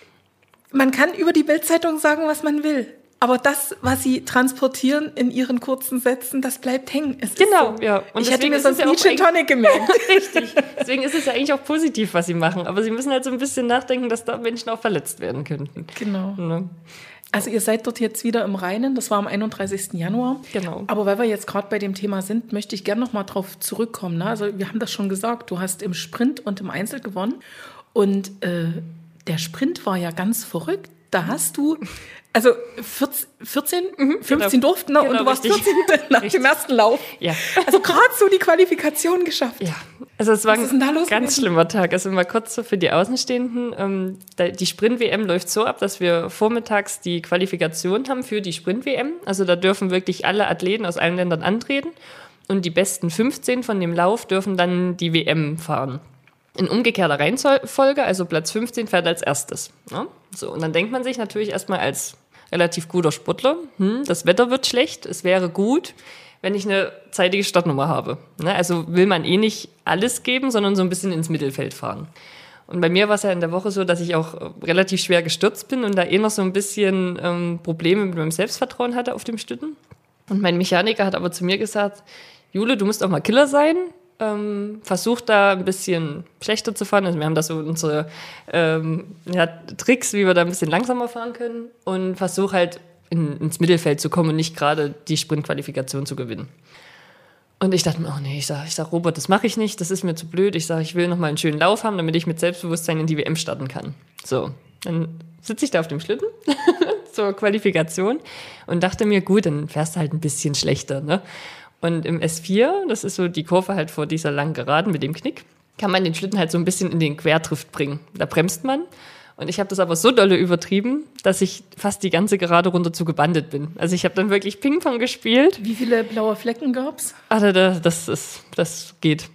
Man kann über die Bild-Zeitung sagen, was man will. Aber das, was sie transportieren in ihren kurzen Sätzen, das bleibt hängen. Es genau, so. ja. Und ich hätte mir sonst nie Gin Tonic gemerkt. Richtig. Deswegen ist es ja eigentlich auch positiv, was sie machen. Aber sie müssen halt so ein bisschen nachdenken, dass da Menschen auch verletzt werden könnten. Genau. Ne? Also ihr seid dort jetzt wieder im Reinen. Das war am einunddreißigsten Januar. Genau. Aber weil wir jetzt gerade bei dem Thema sind, möchte ich gerne noch mal drauf zurückkommen. Ne? Also wir haben das schon gesagt. Du hast im Sprint und im Einzel gewonnen. Und äh, der Sprint war ja ganz verrückt. Da hast du, also vierzehn, vierzehn mhm, fünfzehn genau. durften, ne? Genau, und du warst richtig. vierzehnte nach Richtig. dem ersten Lauf. Ja. Also gerade so die Qualifikation geschafft. Ja, also es war Was ist denn da ein los ganz gewesen? schlimmer Tag. Also mal kurz so für die Außenstehenden. Ähm, da, die Sprint-W M läuft so ab, dass wir vormittags die Qualifikation haben für die Sprint-W M. Also da dürfen wirklich alle Athleten aus allen Ländern antreten. Und die besten fünfzehn von dem Lauf dürfen dann die W M fahren. In umgekehrter Reihenfolge, also Platz fünfzehn fährt als erstes. Ja? So, und dann denkt man sich natürlich erstmal als relativ guter Sportler, hm, das Wetter wird schlecht, es wäre gut, wenn ich eine zeitige Startnummer habe. Ne? Also will man eh nicht alles geben, sondern so ein bisschen ins Mittelfeld fahren. Und bei mir war es ja in der Woche so, dass ich auch relativ schwer gestürzt bin und da eh noch so ein bisschen ähm, Probleme mit meinem Selbstvertrauen hatte auf dem Schlitten. Und mein Mechaniker hat aber zu mir gesagt, Jule, du musst auch mal Killer sein. Ähm, versucht da ein bisschen schlechter zu fahren. Also wir haben da so unsere ähm, ja, Tricks, wie wir da ein bisschen langsamer fahren können und versuch halt in, ins Mittelfeld zu kommen und nicht gerade die Sprintqualifikation zu gewinnen. Und ich dachte mir, oh nee, ich sag, ich sag Robert, das mache ich nicht, das ist mir zu blöd. Ich sage, ich will nochmal einen schönen Lauf haben, damit ich mit Selbstbewusstsein in die W M starten kann. So, dann sitze ich da auf dem Schlitten zur Qualifikation und dachte mir, gut, dann fährst du halt ein bisschen schlechter, ne? Und im S vier, das ist so die Kurve halt vor dieser langen Geraden mit dem Knick, kann man den Schlitten halt so ein bisschen in den Querdrift bringen. Da bremst man. Und ich habe das aber so dolle übertrieben, dass ich fast die ganze Gerade runter zu gebandet bin. Also ich habe dann wirklich Ping-Pong gespielt. Wie viele blaue Flecken gab's? Ach, das, das, ist, das geht.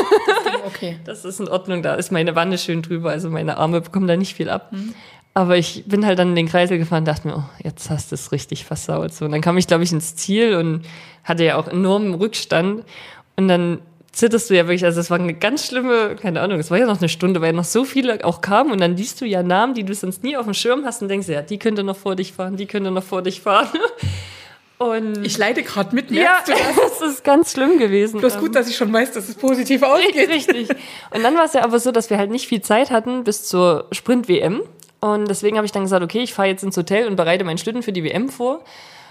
Okay. Das ist in Ordnung. Da ist meine Wanne schön drüber. Also meine Arme bekommen da nicht viel ab. Mhm. Aber ich bin halt dann in den Kreisel gefahren und dachte mir, oh, jetzt hast du es richtig versaut. So, und dann kam ich, glaube ich, ins Ziel und hatte ja auch enormen Rückstand. Und dann zitterst du ja wirklich, also es war eine ganz schlimme, keine Ahnung, es war ja noch eine Stunde, weil noch so viele auch kamen. Und dann liest du ja Namen, die du sonst nie auf dem Schirm hast und denkst, ja, die könnte noch vor dich fahren, die könnte noch vor dich fahren. Und ich leide gerade mit, merkst ja, du das? Das ist ganz schlimm gewesen. Bloß gut, dass ich schon weiß, dass es positiv ausgeht. Richtig. Und dann war es ja aber so, dass wir halt nicht viel Zeit hatten bis zur Sprint-W M. Und deswegen habe ich dann gesagt, okay, ich fahre jetzt ins Hotel und bereite meinen Schlitten für die W M vor.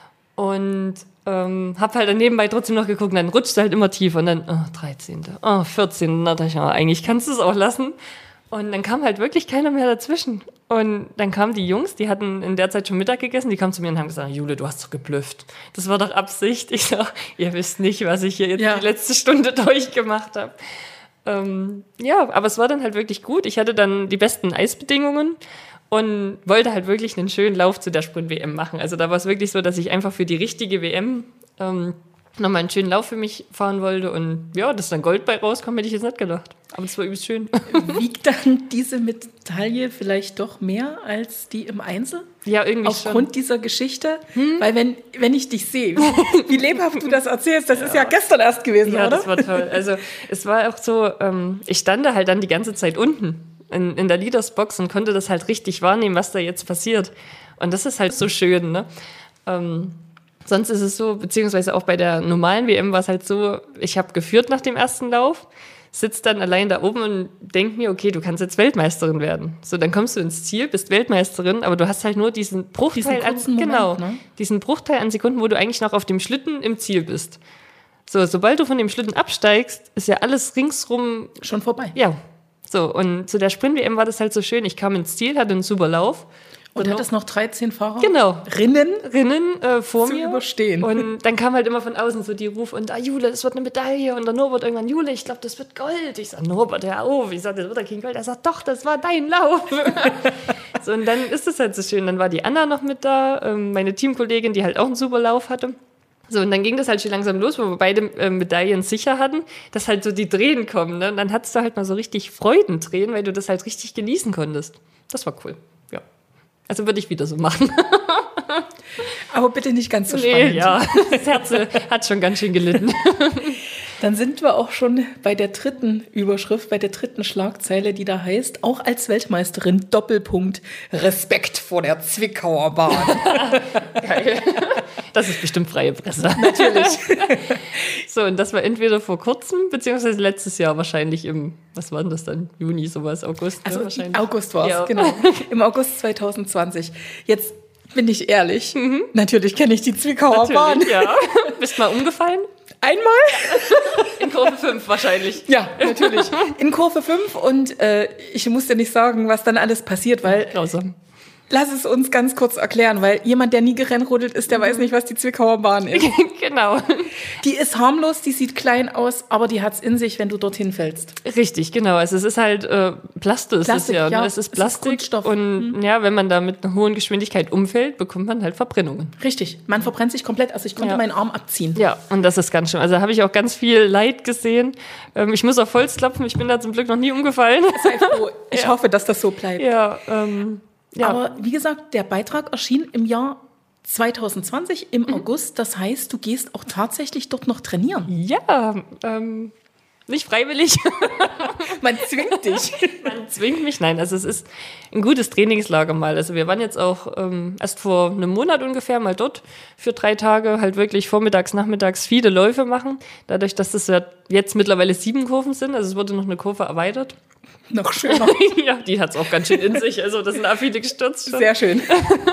Und ähm, habe halt dann nebenbei trotzdem noch geguckt. Und dann rutscht es halt immer tiefer. Und dann, oh, dreizehnte Oh, vierzehnte Na, dachte ich, oh, eigentlich kannst du es auch lassen. Und dann kam halt wirklich keiner mehr dazwischen. Und dann kamen die Jungs, die hatten in der Zeit schon Mittag gegessen, die kamen zu mir und haben gesagt, Jule, du hast doch geblufft. Das war doch Absicht. Ich sag, ihr wisst nicht, was ich hier jetzt ja. die letzte Stunde durchgemacht habe. Ähm, ja, aber es war dann halt wirklich gut. Ich hatte dann die besten Eisbedingungen und wollte halt wirklich einen schönen Lauf zu der Sprint-W M machen. Also da war es wirklich so, dass ich einfach für die richtige W M ähm, nochmal einen schönen Lauf für mich fahren wollte. Und ja, dass dann Gold bei rauskommt, hätte ich jetzt nicht gedacht. Aber es war übelst schön. Wiegt dann diese Medaille vielleicht doch mehr als die im Einzel? Ja, irgendwie Aufgrund schon. dieser Geschichte? Hm? Weil wenn, wenn ich dich sehe, wie lebhaft du das erzählst, das ja. ist ja gestern erst gewesen, ja, oder? Ja, das war toll. Also es war auch so, ähm, ich stand da halt dann die ganze Zeit unten in, in der Leadersbox und konnte das halt richtig wahrnehmen, was da jetzt passiert. Und das ist halt so schön, ne? Ähm, sonst ist es so, beziehungsweise auch bei der normalen W M war es halt so, ich habe geführt nach dem ersten Lauf, sitzt dann allein da oben und denk mir, okay, du kannst jetzt Weltmeisterin werden. So, dann kommst du ins Ziel, bist Weltmeisterin, aber du hast halt nur diesen Bruchteil diesen an, Moment, genau, ne? diesen Bruchteil an Sekunden, wo du eigentlich noch auf dem Schlitten im Ziel bist. So, sobald du von dem Schlitten absteigst, ist ja alles ringsrum schon vorbei. Ja. So, und zu der Sprint-W M war das halt so schön. Ich kam ins Ziel, hatte einen super Lauf. Und, und hattest noch dreizehn Fahrer? Genau. Rinnen? Rinnen äh, vor zu mir. überstehen. Und dann kam halt immer von außen so die Ruf und ah, Jule, das wird eine Medaille. Und der Norbert irgendwann, Jule, ich glaube, das wird Gold. Ich sag, Norbert, hör auf. Ich sag, das wird ja kein Gold. Er sagt, doch, das war dein Lauf. So, und dann ist es halt so schön. Dann war die Anna noch mit da, ähm, meine Teamkollegin, die halt auch einen super Lauf hatte. So, und dann ging das halt schon langsam los, wo wir beide äh, Medaillen sicher hatten, dass halt so die Tränen kommen. Ne? Und dann hattest du halt mal so richtig Freudentränen, weil du das halt richtig genießen konntest. Das war cool, ja. Also würde ich wieder so machen. Aber bitte nicht ganz so Nee, spannend. ja, das Herz hat schon ganz schön gelitten. Dann sind wir auch schon bei der dritten Überschrift, bei der dritten Schlagzeile, die da heißt, auch als Weltmeisterin, Doppelpunkt, Respekt vor der Zwickauer Bahn. Geil. Das ist bestimmt freie Presse. Natürlich. So, und das war entweder vor kurzem, beziehungsweise letztes Jahr wahrscheinlich im, was war denn das dann? Juni, sowas, August? Also ne, wahrscheinlich. August war es, Ja. genau. Im August zwanzig zwanzig. Jetzt bin ich ehrlich, mhm. natürlich kenne ich die Zwickauer Bahn. Natürlich, ja. Bist mal umgefallen? Einmal? In Kurve fünf wahrscheinlich. Ja, natürlich. In Kurve fünf und äh, ich muss dir nicht sagen, was dann alles passiert, weil... Grausam. Lass es uns ganz kurz erklären, weil jemand, der nie gerennrodelt ist, der weiß nicht, was die Zwickauer Bahn ist. Genau. Die ist harmlos, die sieht klein aus, aber die hat's in sich, wenn du dorthin fällst. Richtig, genau. Also es ist halt äh, Plastik, ist Plastik, es ja. ja. Ne? Es ist Es ist Plastik. Kunststoff. Und Mhm. ja, wenn man da mit einer hohen Geschwindigkeit umfällt, bekommt man halt Verbrennungen. Richtig, man verbrennt sich komplett. Also ich konnte Ja. meinen Arm abziehen. Ja, und das ist ganz schön. Also da habe ich auch ganz viel Leid gesehen. Ähm, ich muss auf Holz klopfen. Ich bin da zum Glück noch nie umgefallen. Sei froh. Ich Ja. hoffe, dass das so bleibt. Ja, ähm, ja. Aber wie gesagt, der Beitrag erschien im Jahr zwanzig zwanzig im Mhm. August. Das heißt, du gehst auch tatsächlich dort noch trainieren. Ja, ähm, nicht freiwillig. Man zwingt dich. Man zwingt mich. Nein, also es ist ein gutes Trainingslager mal. Also wir waren jetzt auch ähm, erst vor einem Monat ungefähr mal dort für drei Tage halt wirklich vormittags, nachmittags viele Läufe machen. Dadurch, dass das ja jetzt mittlerweile sieben Kurven sind, also es wurde noch eine Kurve erweitert. Noch schöner. Ja, die hat es auch ganz schön in sich. Also das sind auch viele gestürzt schon. Sehr schön.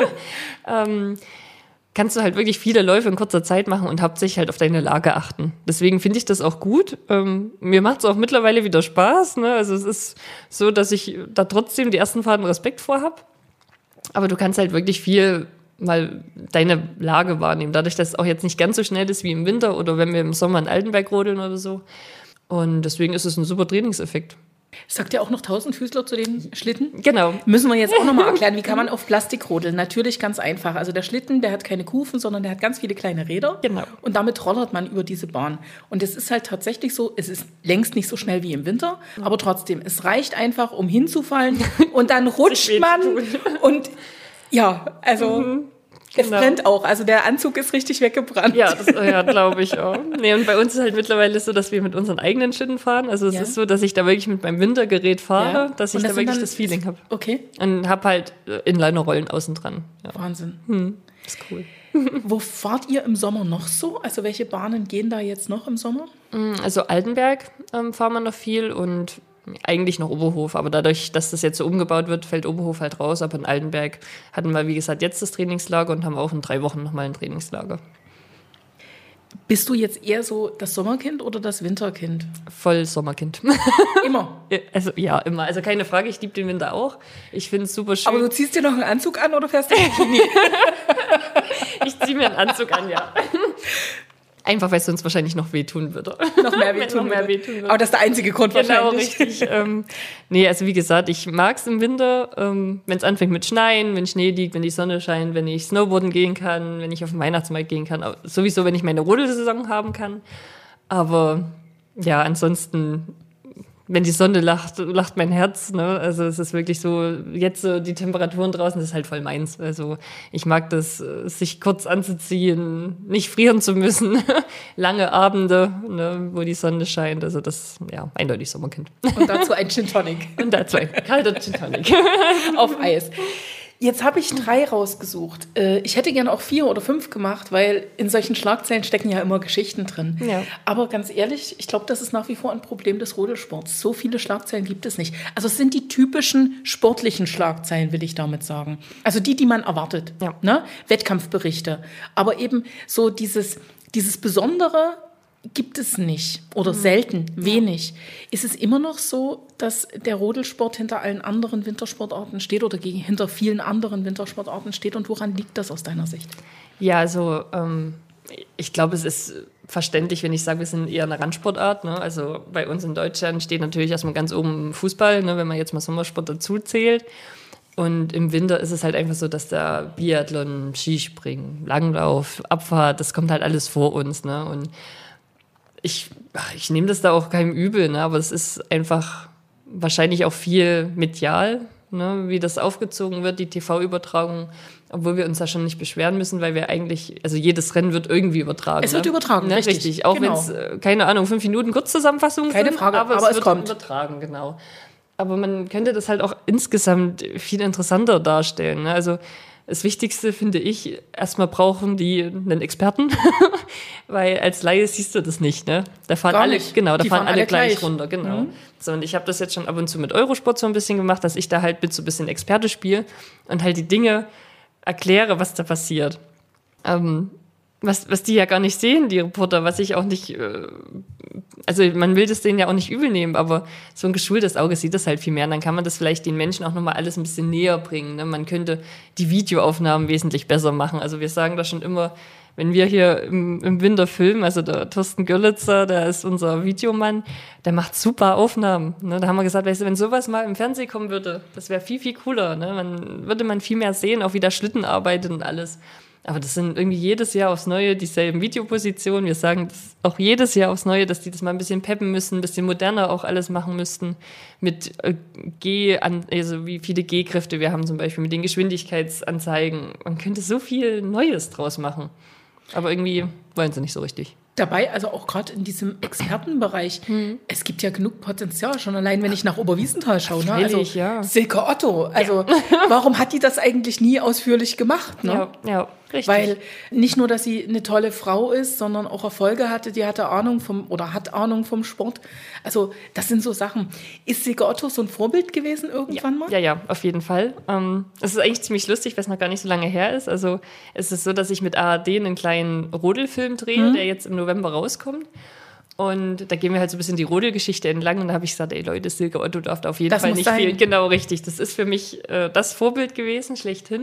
ähm, kannst du halt wirklich viele Läufe in kurzer Zeit machen und hauptsächlich halt auf deine Lage achten. Deswegen finde ich das auch gut. Ähm, mir macht es auch mittlerweile wieder Spaß. Ne? Also es ist so, dass ich da trotzdem die ersten Fahrten Respekt vor habe. Aber du kannst halt wirklich viel mal deine Lage wahrnehmen. Dadurch, dass es auch jetzt nicht ganz so schnell ist wie im Winter oder wenn wir im Sommer in Altenberg rodeln oder so. Und deswegen ist es ein super Trainingseffekt. Sagt ja auch noch Tausendfüßler zu den Schlitten? Genau. Müssen wir jetzt auch nochmal erklären, wie kann man auf Plastik rodeln? Natürlich ganz einfach. Also der Schlitten, der hat keine Kufen, sondern der hat ganz viele kleine Räder. Genau. Und damit rollert man über diese Bahn. Und es ist halt tatsächlich so, es ist längst nicht so schnell wie im Winter, aber trotzdem, es reicht einfach, um hinzufallen und dann rutscht man und ja, also es Genau. brennt auch. Also der Anzug ist richtig weggebrannt. Ja, das ja, glaube ich auch. Nee, und bei uns ist halt mittlerweile so, dass wir mit unseren eigenen Schlitten fahren. Also es Ja. ist so, dass ich da wirklich mit meinem Wintergerät fahre, Ja. dass ich Und da das sind wirklich dann- das Feeling habe. Okay, Und habe halt äh, Inliner-Rollen außen dran. Ja, Wahnsinn. hm, ist cool. Wo fahrt ihr im Sommer noch so? Also welche Bahnen gehen da jetzt noch im Sommer? Also Altenberg ähm, fahren wir noch viel und eigentlich noch Oberhof. Aber dadurch, dass das jetzt so umgebaut wird, fällt Oberhof halt raus. Aber in Altenberg hatten wir, wie gesagt, jetzt das Trainingslager und haben auch in drei Wochen nochmal ein Trainingslager. Bist du jetzt eher so das Sommerkind oder das Winterkind? Voll Sommerkind. Immer. Also ja, immer. Also keine Frage, ich liebe den Winter auch. Ich finde es super schön. Aber du ziehst dir noch einen Anzug an oder fährst du in Bikini? Ich ziehe mir einen Anzug an, ja. Einfach, weil es sonst wahrscheinlich noch wehtun würde. Noch mehr Wenn wehtun, noch mehr würde. wehtun würde. Aber das ist der einzige Grund Genau, wahrscheinlich. richtig. ähm, nee, also wie gesagt, ich mag es im Winter, ähm, wenn es anfängt mit Schneien, wenn Schnee liegt, wenn die Sonne scheint, wenn ich Snowboarden gehen kann, wenn ich auf den Weihnachtsmarkt gehen kann. Aber sowieso, wenn ich meine Rodelsaison haben kann. Aber ja, ansonsten, wenn die Sonne lacht, lacht mein Herz. Ne? Also es ist wirklich so, jetzt so die Temperaturen draußen, das ist halt voll meins. Also ich mag das, äh, sich kurz anzuziehen, nicht frieren zu müssen. Lange Abende, ne, wo die Sonne scheint. Also das, ja, eindeutig Sommerkind. Und dazu ein Gin Tonic Und dazu ein kalter Gin Tonic. auf Eis. Jetzt habe ich drei rausgesucht. Äh, Ich hätte gerne auch vier oder fünf gemacht, weil in solchen Schlagzeilen stecken ja immer Geschichten drin. Ja. Aber ganz ehrlich, ich glaube, das ist nach wie vor ein Problem des Rodelsports. So viele Schlagzeilen gibt es nicht. Also es sind die typischen sportlichen Schlagzeilen, will ich damit sagen. Also die, die man erwartet. Ja. Ne? Wettkampfberichte. Aber eben so dieses, dieses Besondere gibt es nicht oder selten, wenig. Ist es immer noch so, dass der Rodelsport hinter allen anderen Wintersportarten steht oder gegen, hinter vielen anderen Wintersportarten steht? Und woran liegt das aus deiner Sicht? Ja, also ähm, ich glaube, es ist verständlich, wenn ich sage, wir sind eher eine Randsportart. Ne? Also bei uns in Deutschland steht natürlich erstmal ganz oben Fußball, ne? Wenn man jetzt mal Sommersport dazu zählt. Und im Winter ist es halt einfach so, dass da Biathlon, Skispringen, Langlauf, Abfahrt, das kommt halt alles vor uns. Ne? Und ich, ich nehme das da auch keinem übel, ne? Aber es ist einfach wahrscheinlich auch viel medial, ne? Wie das aufgezogen wird, die T V-Übertragung. obwohl wir uns da schon nicht beschweren müssen, weil wir eigentlich, also jedes Rennen wird irgendwie übertragen. Es wird ne? übertragen, ne? richtig. richtig. Auch genau. wenn es, keine Ahnung, fünf Minuten Kurzzusammenfassung Keine sind, Frage, aber, aber es, es wird kommt. übertragen, genau. Aber man könnte das halt auch insgesamt viel interessanter darstellen. Ne? Also das Wichtigste finde ich, erstmal brauchen die einen Experten, weil als Laie siehst du das nicht. Ne? Da fahren Gar alle, nicht. genau, da Die fahren, fahren alle alle gleich, gleich. runter, genau. Mhm. So, und ich habe das jetzt schon ab und zu mit Eurosport so ein bisschen gemacht, dass ich da halt mit so ein bisschen Experte spiele und halt die Dinge erkläre, was da passiert. Ähm, was, was die ja gar nicht sehen, die Reporter, was ich auch nicht, äh, also man will das denen ja auch nicht übel nehmen, aber so ein geschultes Auge sieht das halt viel mehr und dann kann man das vielleicht den Menschen auch nochmal alles ein bisschen näher bringen. Ne? Man könnte die Videoaufnahmen wesentlich besser machen. Also wir sagen da schon immer, wenn wir hier im, im Winter filmen, also der Thorsten Görlitzer, der ist unser Videomann, der macht super Aufnahmen. Ne? Da haben wir gesagt, weißt du, wenn sowas mal im Fernsehen kommen würde, das wäre viel, viel cooler. Ne? Man, würde man viel mehr sehen, auch wie der Schlitten arbeitet und alles. Aber das sind irgendwie jedes Jahr aufs Neue dieselben Videopositionen. Wir sagen das auch jedes Jahr aufs Neue, dass die das mal ein bisschen peppen müssen, ein bisschen moderner auch alles machen müssten. Mit äh, G, an, also wie viele G-Kräfte wir haben zum Beispiel, mit den Geschwindigkeitsanzeigen. Man könnte so viel Neues draus machen. Aber irgendwie wollen sie nicht so richtig. Dabei, also auch gerade in diesem Expertenbereich, hm. es gibt ja genug Potenzial, schon allein, wenn ich nach Oberwiesenthal schaue. Ne? Also Freilich, ja. Silke Otto, also ja. Warum hat die das eigentlich nie ausführlich gemacht? Ne? Ja, ja, richtig. Weil nicht nur, dass sie eine tolle Frau ist, sondern auch Erfolge hatte, die hatte Ahnung vom, oder hat Ahnung vom Sport. Also das sind so Sachen. Ist Silke Otto so ein Vorbild gewesen irgendwann ja. mal? Ja, ja, auf jeden Fall. Ähm, es ist eigentlich ziemlich lustig, weil es noch gar nicht so lange her ist. Also es ist so, dass ich mit A R D einen kleinen Rodelfilm drehe, hm. der jetzt im November rauskommt. Und da gehen wir halt so ein bisschen die Rodelgeschichte entlang. Und da habe ich gesagt, ey Leute, Silke Otto darf da auf jeden das Fall muss nicht sein. fehlen. Genau, richtig. Das ist für mich äh, das Vorbild gewesen, schlechthin.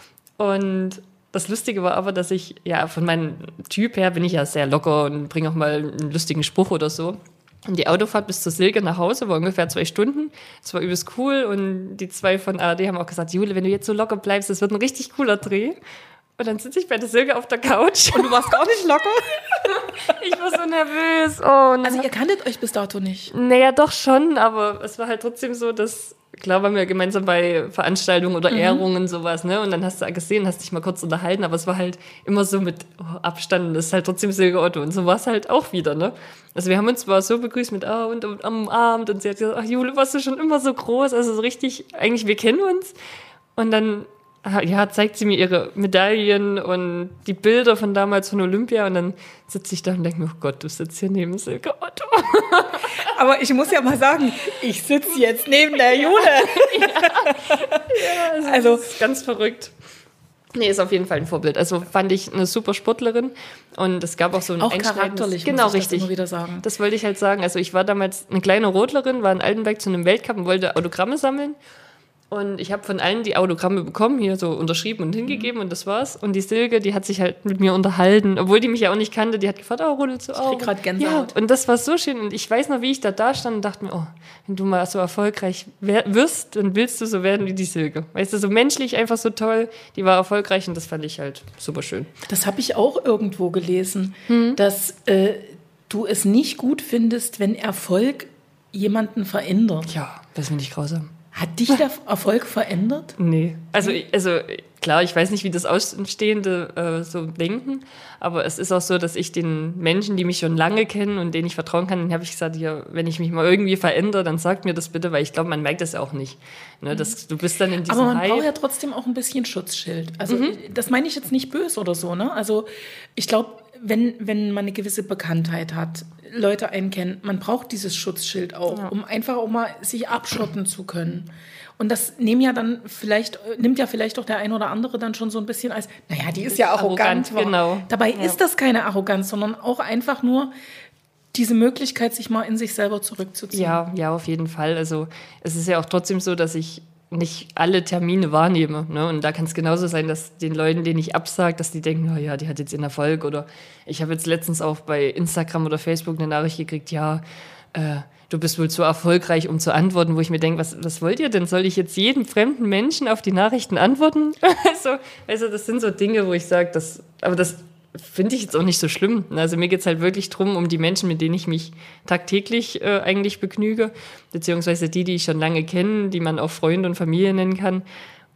Und das Lustige war aber, dass ich, ja, von meinem Typ her bin ich ja sehr locker und bringe auch mal einen lustigen Spruch oder so. Und die Autofahrt bis zur Silke nach Hause war ungefähr zwei Stunden. Das war übelst cool. Und die zwei von A R D haben auch gesagt, Jule, wenn du jetzt so locker bleibst, das wird ein richtig cooler Dreh. Und dann sitze ich bei der Silke auf der Couch. Und du warst gar nicht locker? Ich war so nervös. Oh, also ihr kanntet euch bis dato nicht? Naja, doch schon, aber es war halt trotzdem so, dass, klar waren wir gemeinsam bei Veranstaltungen oder mhm. Ehrungen sowas, ne? Und dann hast du gesehen, hast dich mal kurz unterhalten, aber es war halt immer so mit oh, Abstand und das ist halt trotzdem Silke Otto. Und so war es halt auch wieder, ne? Also wir haben uns zwar so begrüßt mit ah und, und am Abend und sie hat gesagt, ach Jule, warst du schon immer so groß, also so richtig, eigentlich, wir kennen uns. Und dann ja, zeigt sie mir ihre Medaillen und die Bilder von damals von Olympia und dann sitze ich da und denke mir, oh Gott, du sitzt hier neben Silke Otto. Aber ich muss ja mal sagen, ich sitze jetzt neben der Jule. ja, ja also, also das ist ganz verrückt. Nee, ist auf jeden Fall ein Vorbild. Also fand ich eine super Sportlerin und es gab auch so ein auch charakterlich, genau, muss ich richtig. das immer wieder sagen. Das wollte ich halt sagen. Also ich war damals eine kleine Rodlerin, war in Altenberg zu einem Weltcup und wollte Autogramme sammeln. Und ich habe von allen die Autogramme bekommen, hier so unterschrieben und hingegeben und das war's. Und die Silke, die hat sich halt mit mir unterhalten, obwohl die mich ja auch nicht kannte. Die hat gefragt, oh, rodelst du auch? Ich krieg grad Gänsehaut. Ja, und das war so schön. Und ich weiß noch, wie ich da da stand und dachte mir, oh, wenn du mal so erfolgreich wirst, dann willst du so werden wie die Silke. Weißt du, so menschlich einfach so toll. Die war erfolgreich und das fand ich halt super schön. Das habe ich auch irgendwo gelesen, hm. dass äh, du es nicht gut findest, wenn Erfolg jemanden verändert. Ja, das finde ich grausam. Hat dich der Erfolg verändert? Nee. Also, also klar, ich weiß nicht, wie das Außenstehende äh, so denken, aber es ist auch so, dass ich den Menschen, die mich schon lange kennen und denen ich vertrauen kann, denen habe ich gesagt, ja, wenn ich mich mal irgendwie verändere, dann sagt mir das bitte, weil ich glaube, man merkt das ja auch nicht. Ne, dass du bist dann in diesem Aber man Hype. braucht ja trotzdem auch ein bisschen Schutzschild. Also mhm. das meine ich jetzt nicht böse oder so. Ne? Also ich glaube, wenn, wenn man eine gewisse Bekanntheit hat, Leute einen kennen, man braucht dieses Schutzschild auch, ja. um einfach auch mal sich abschotten zu können. Und das nehmen ja dann vielleicht, nimmt ja vielleicht auch der ein oder andere dann schon so ein bisschen als, naja, die ist ja arrogant. arrogant genau. Dabei ja. ist das keine Arroganz, sondern auch einfach nur diese Möglichkeit, sich mal in sich selber zurückzuziehen. Ja, ja, auf jeden Fall. Also es ist ja auch trotzdem so, dass ich nicht alle Termine wahrnehme. Ne? Und da kann es genauso sein, dass den Leuten, denen ich absage, dass die denken, oh ja, die hat jetzt einen Erfolg. Oder ich habe jetzt letztens auch bei Instagram oder Facebook eine Nachricht gekriegt, ja, äh, du bist wohl zu erfolgreich, um zu antworten, wo ich mir denke, was, was wollt ihr denn? Soll ich jetzt jedem fremden Menschen auf die Nachrichten antworten? also, also das sind so Dinge, wo ich sage, das, aber das finde ich jetzt auch nicht so schlimm. Also mir geht es halt wirklich drum, um die Menschen, mit denen ich mich tagtäglich äh, eigentlich begnüge, beziehungsweise die, die ich schon lange kenne, die man auch Freunde und Familie nennen kann.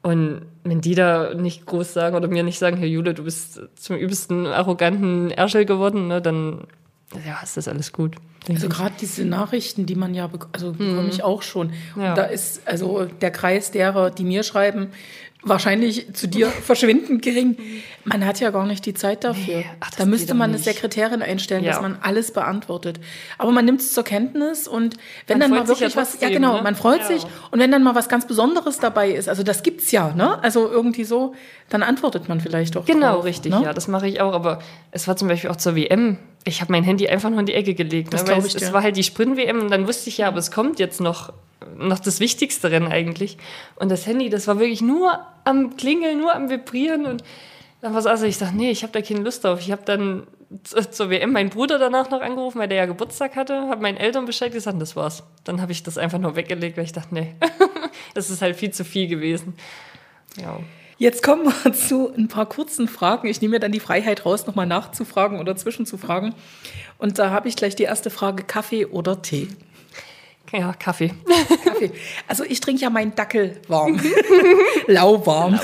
Und wenn die da nicht groß sagen oder mir nicht sagen, Herr Jule, du bist zum übelsten arroganten Erschel geworden, ne, dann ja, ist das alles gut. Also gerade diese Nachrichten, die man ja, bek- also bekomme Mhm. ich auch schon. Ja. Und da ist also der Kreis derer, die mir schreiben, wahrscheinlich zu dir verschwindend gering. Man hat ja gar nicht die Zeit dafür. Nee, ach, das da müsste geht doch man eine nicht. Sekretärin einstellen, Ja. dass man alles beantwortet. Aber man nimmt es zur Kenntnis und wenn Man dann mal freut sich wirklich ja was, ja trotzdem, genau, ne? man freut Ja. sich. Und wenn dann mal was ganz Besonderes dabei ist, also das gibt's ja, ne? Also irgendwie so, dann antwortet man vielleicht doch Genau, drauf, richtig, ne? ja, das mache ich auch. Aber es war zum Beispiel auch zur W M. Ich habe mein Handy einfach nur in die Ecke gelegt. Das Ne, weil glaub es, ich dir. es war halt die Sprint-W M und dann wusste ich ja, aber es kommt jetzt noch, noch das wichtigste Rennen eigentlich. Und das Handy, das war wirklich nur am Klingeln, nur am Vibrieren. Und dann war es also, ich dachte, nee, ich habe da keine Lust drauf. Ich habe dann z- zur W M meinen Bruder danach noch angerufen, weil der ja Geburtstag hatte, habe meinen Eltern Bescheid gesagt und das war's. Dann habe ich das einfach nur weggelegt, weil ich dachte, nee, das ist halt viel zu viel gewesen. Ja. Jetzt kommen wir zu ein paar kurzen Fragen. Ich nehme mir dann die Freiheit raus, nochmal nachzufragen oder zwischenzufragen. Und da habe ich gleich die erste Frage, Kaffee oder Tee? Ja, Kaffee. Kaffee. Also ich trinke ja meinen Dackel warm. Lauwarm.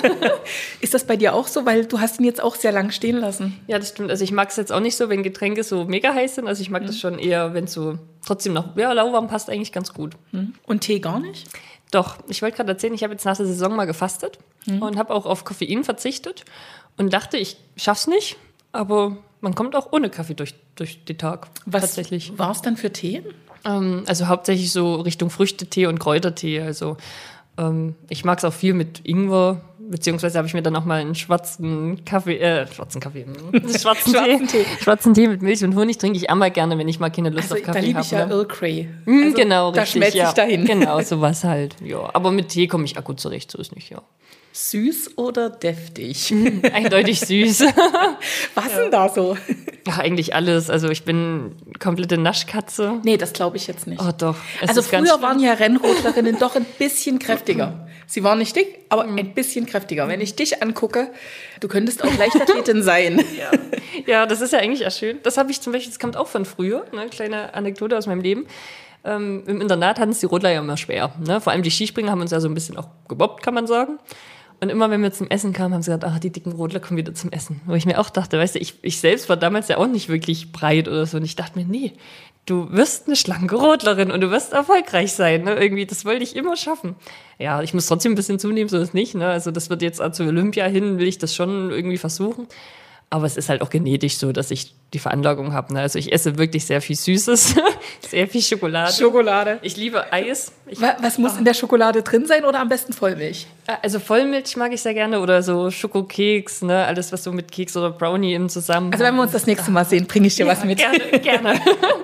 Ist das bei dir auch so? Weil du hast ihn jetzt auch sehr lang stehen lassen. Ja, das stimmt. Also ich mag es jetzt auch nicht so, wenn Getränke so mega heiß sind. Also ich mag das schon eher, wenn es so trotzdem noch, ja, lauwarm passt eigentlich ganz gut. Und Tee gar nicht? Doch, ich wollte gerade erzählen, ich habe jetzt nach der Saison mal gefastet und habe auch auf Koffein verzichtet und dachte, ich schaff's nicht, aber man kommt auch ohne Kaffee durch, durch den Tag. Was tatsächlich. war es dann für Tee? Ähm, also hauptsächlich so Richtung Früchtetee und Kräutertee. Also ähm, ich mag es auch viel mit Ingwer, beziehungsweise habe ich mir dann auch mal einen schwarzen Kaffee, äh, schwarzen Kaffee, hm, schwarzen, Schwarzen Tee, Tee. schwarzen Tee mit Milch und Honig trinke ich einmal gerne, wenn ich mal keine Lust Also auf da Kaffee liebe habe. ich ja Ne? Earl Grey. Mm, Also, genau, da richtig. schmelze ja. ich dahin. Genau, sowas halt. Ja. Aber mit Tee komme ich auch gut zurecht, so ist nicht, ja. Süß oder deftig? Eindeutig süß. Was denn da so? Ja, eigentlich alles. Also ich bin komplette Naschkatze. Nee, das glaube ich jetzt nicht. Oh doch. Es Also ist ganz früher schlimm. waren ja Rennrodlerinnen doch ein bisschen kräftiger. Sie waren nicht dick, aber ein bisschen kräftiger. Wenn ich dich angucge, du könntest auch Leichtathletin sein. Ja, das ist ja eigentlich auch schön. Das habe ich zum Beispiel, das kommt auch von früher, ne? Kleine Anekdote aus meinem Leben. Ähm, Im Internat hatten es die Rodler ja immer schwer. Ne? Vor allem die Skispringer haben uns ja so ein bisschen auch gebobbt, kann man sagen. Und immer, wenn wir zum Essen kamen, haben sie gesagt, ach, die dicken Rodler kommen wieder zum Essen. Wo ich mir auch dachte, weißt du, ich, ich selbst war damals ja auch nicht wirklich breit oder so. Und ich dachte mir, nee, du wirst eine schlanke Rodlerin und du wirst erfolgreich sein. Ne? Irgendwie, das wollte ich immer schaffen. Ja, ich muss trotzdem ein bisschen zunehmen, so ist nicht. Ne? Also das wird jetzt zu Olympia hin, will ich das schon irgendwie versuchen. Aber es ist halt auch genetisch so, dass ich die Veranlagung habe. Ne? Also ich esse wirklich sehr viel Süßes, sehr viel Schokolade. Schokolade. Ich liebe Eis. Ich, Wa- Was muss in der Schokolade drin sein oder am besten Vollmilch? also Vollmilch mag ich sehr gerne oder so Schokokeks, ne? Alles, was so mit Keks oder Brownie im Zusammenhang. Also wenn wir uns das nächste Mal sehen, bringe ich dir was mit. Gerne, gerne.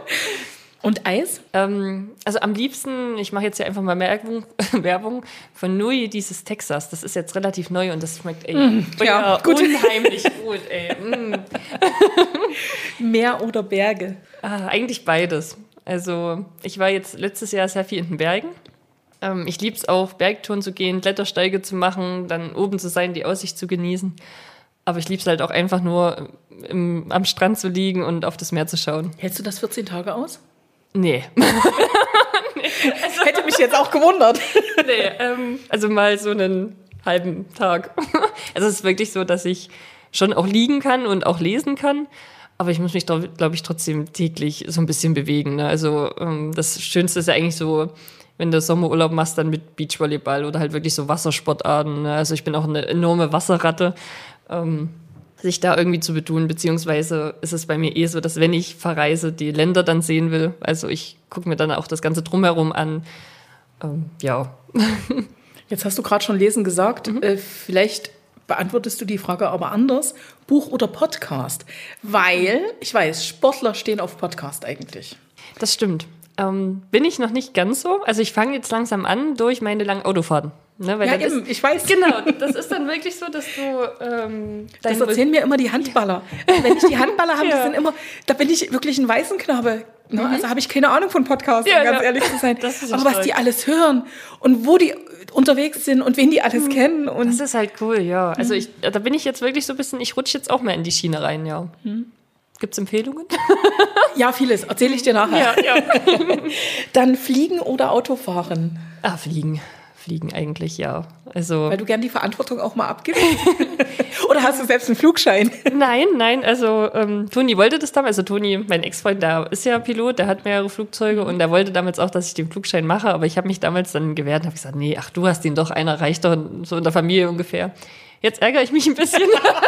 Und Eis? ähm, also am liebsten, ich mache jetzt hier einfach mal Werbung, Werbung von Nui, dieses Texas. Das ist jetzt relativ neu und das schmeckt ey, ja, ja, gut. unheimlich gut. Ey. Mm. Meer oder Berge? Ah, eigentlich beides. Also ich war jetzt letztes Jahr sehr viel in den Bergen. Ähm, ich liebe es auch, Bergtouren zu gehen, Klettersteige zu machen, dann oben zu sein, die Aussicht zu genießen. Aber ich liebe es halt auch einfach nur, im, am Strand zu liegen und auf das Meer zu schauen. Hältst du das vierzehn Tage aus? Nee. Hätte mich jetzt auch gewundert. nee ähm, also mal so einen halben Tag. Also es ist wirklich so, dass ich schon auch liegen kann und auch lesen kann. Aber ich muss mich, glaube ich, trotzdem täglich so ein bisschen bewegen. Ne? Also ähm, das Schönste ist ja eigentlich so, wenn du Sommerurlaub machst, dann mit Beachvolleyball oder halt wirklich so Wassersportarten. Ne? Also ich bin auch eine enorme Wasserratte. Ähm, sich da irgendwie zu betonen, beziehungsweise ist es bei mir eh so, dass wenn ich verreise, die Länder dann sehen will. Also ich gucke mir dann auch das Ganze drumherum an. Ähm, ja. Jetzt hast du gerade schon Lesen gesagt. Mhm. Äh, vielleicht beantwortest du die Frage aber anders. Buch oder Podcast? Weil, ich weiß, Sportler stehen auf Podcast eigentlich. Das stimmt. Ähm, bin ich noch nicht ganz so. Also ich fange jetzt langsam an durch meine langen Autofahrten. Ne, weil Ja, das eben, ist, ich weiß. Genau, das ist dann wirklich so, dass du ähm, Das dein- erzählen mir immer die Handballer. Also wenn ich die Handballer habe, Ja. die sind immer, da bin ich wirklich ein Waisenknabe. Ne? Also habe ich keine Ahnung von Podcasts, Ja, um ganz ja. ehrlich zu sein. Das ist ja Aber was stark. die alles hören und wo die unterwegs sind und wen die alles kennen. Und Das ist halt cool, ja. Also ich, da bin ich jetzt wirklich so ein bisschen, ich rutsche jetzt auch mal in die Schiene rein, ja. Gibt's Empfehlungen? ja, vieles. Erzähle ich dir nachher. ja. Dann Fliegen oder Autofahren? Ah, fliegen. fliegen eigentlich, ja. Also weil du gern die Verantwortung auch mal abgibst? Oder hast du selbst einen Flugschein? Nein, nein, also ähm, Toni wollte das damals, also Toni, mein Ex-Freund, der ist ja Pilot, der hat mehrere Flugzeuge mhm. und der wollte damals auch, dass ich den Flugschein mache, aber ich habe mich damals dann gewehrt und habe gesagt, nee, ach, du hast ihn doch, einer reicht doch so in der Familie ungefähr. Jetzt ärgere ich mich ein bisschen.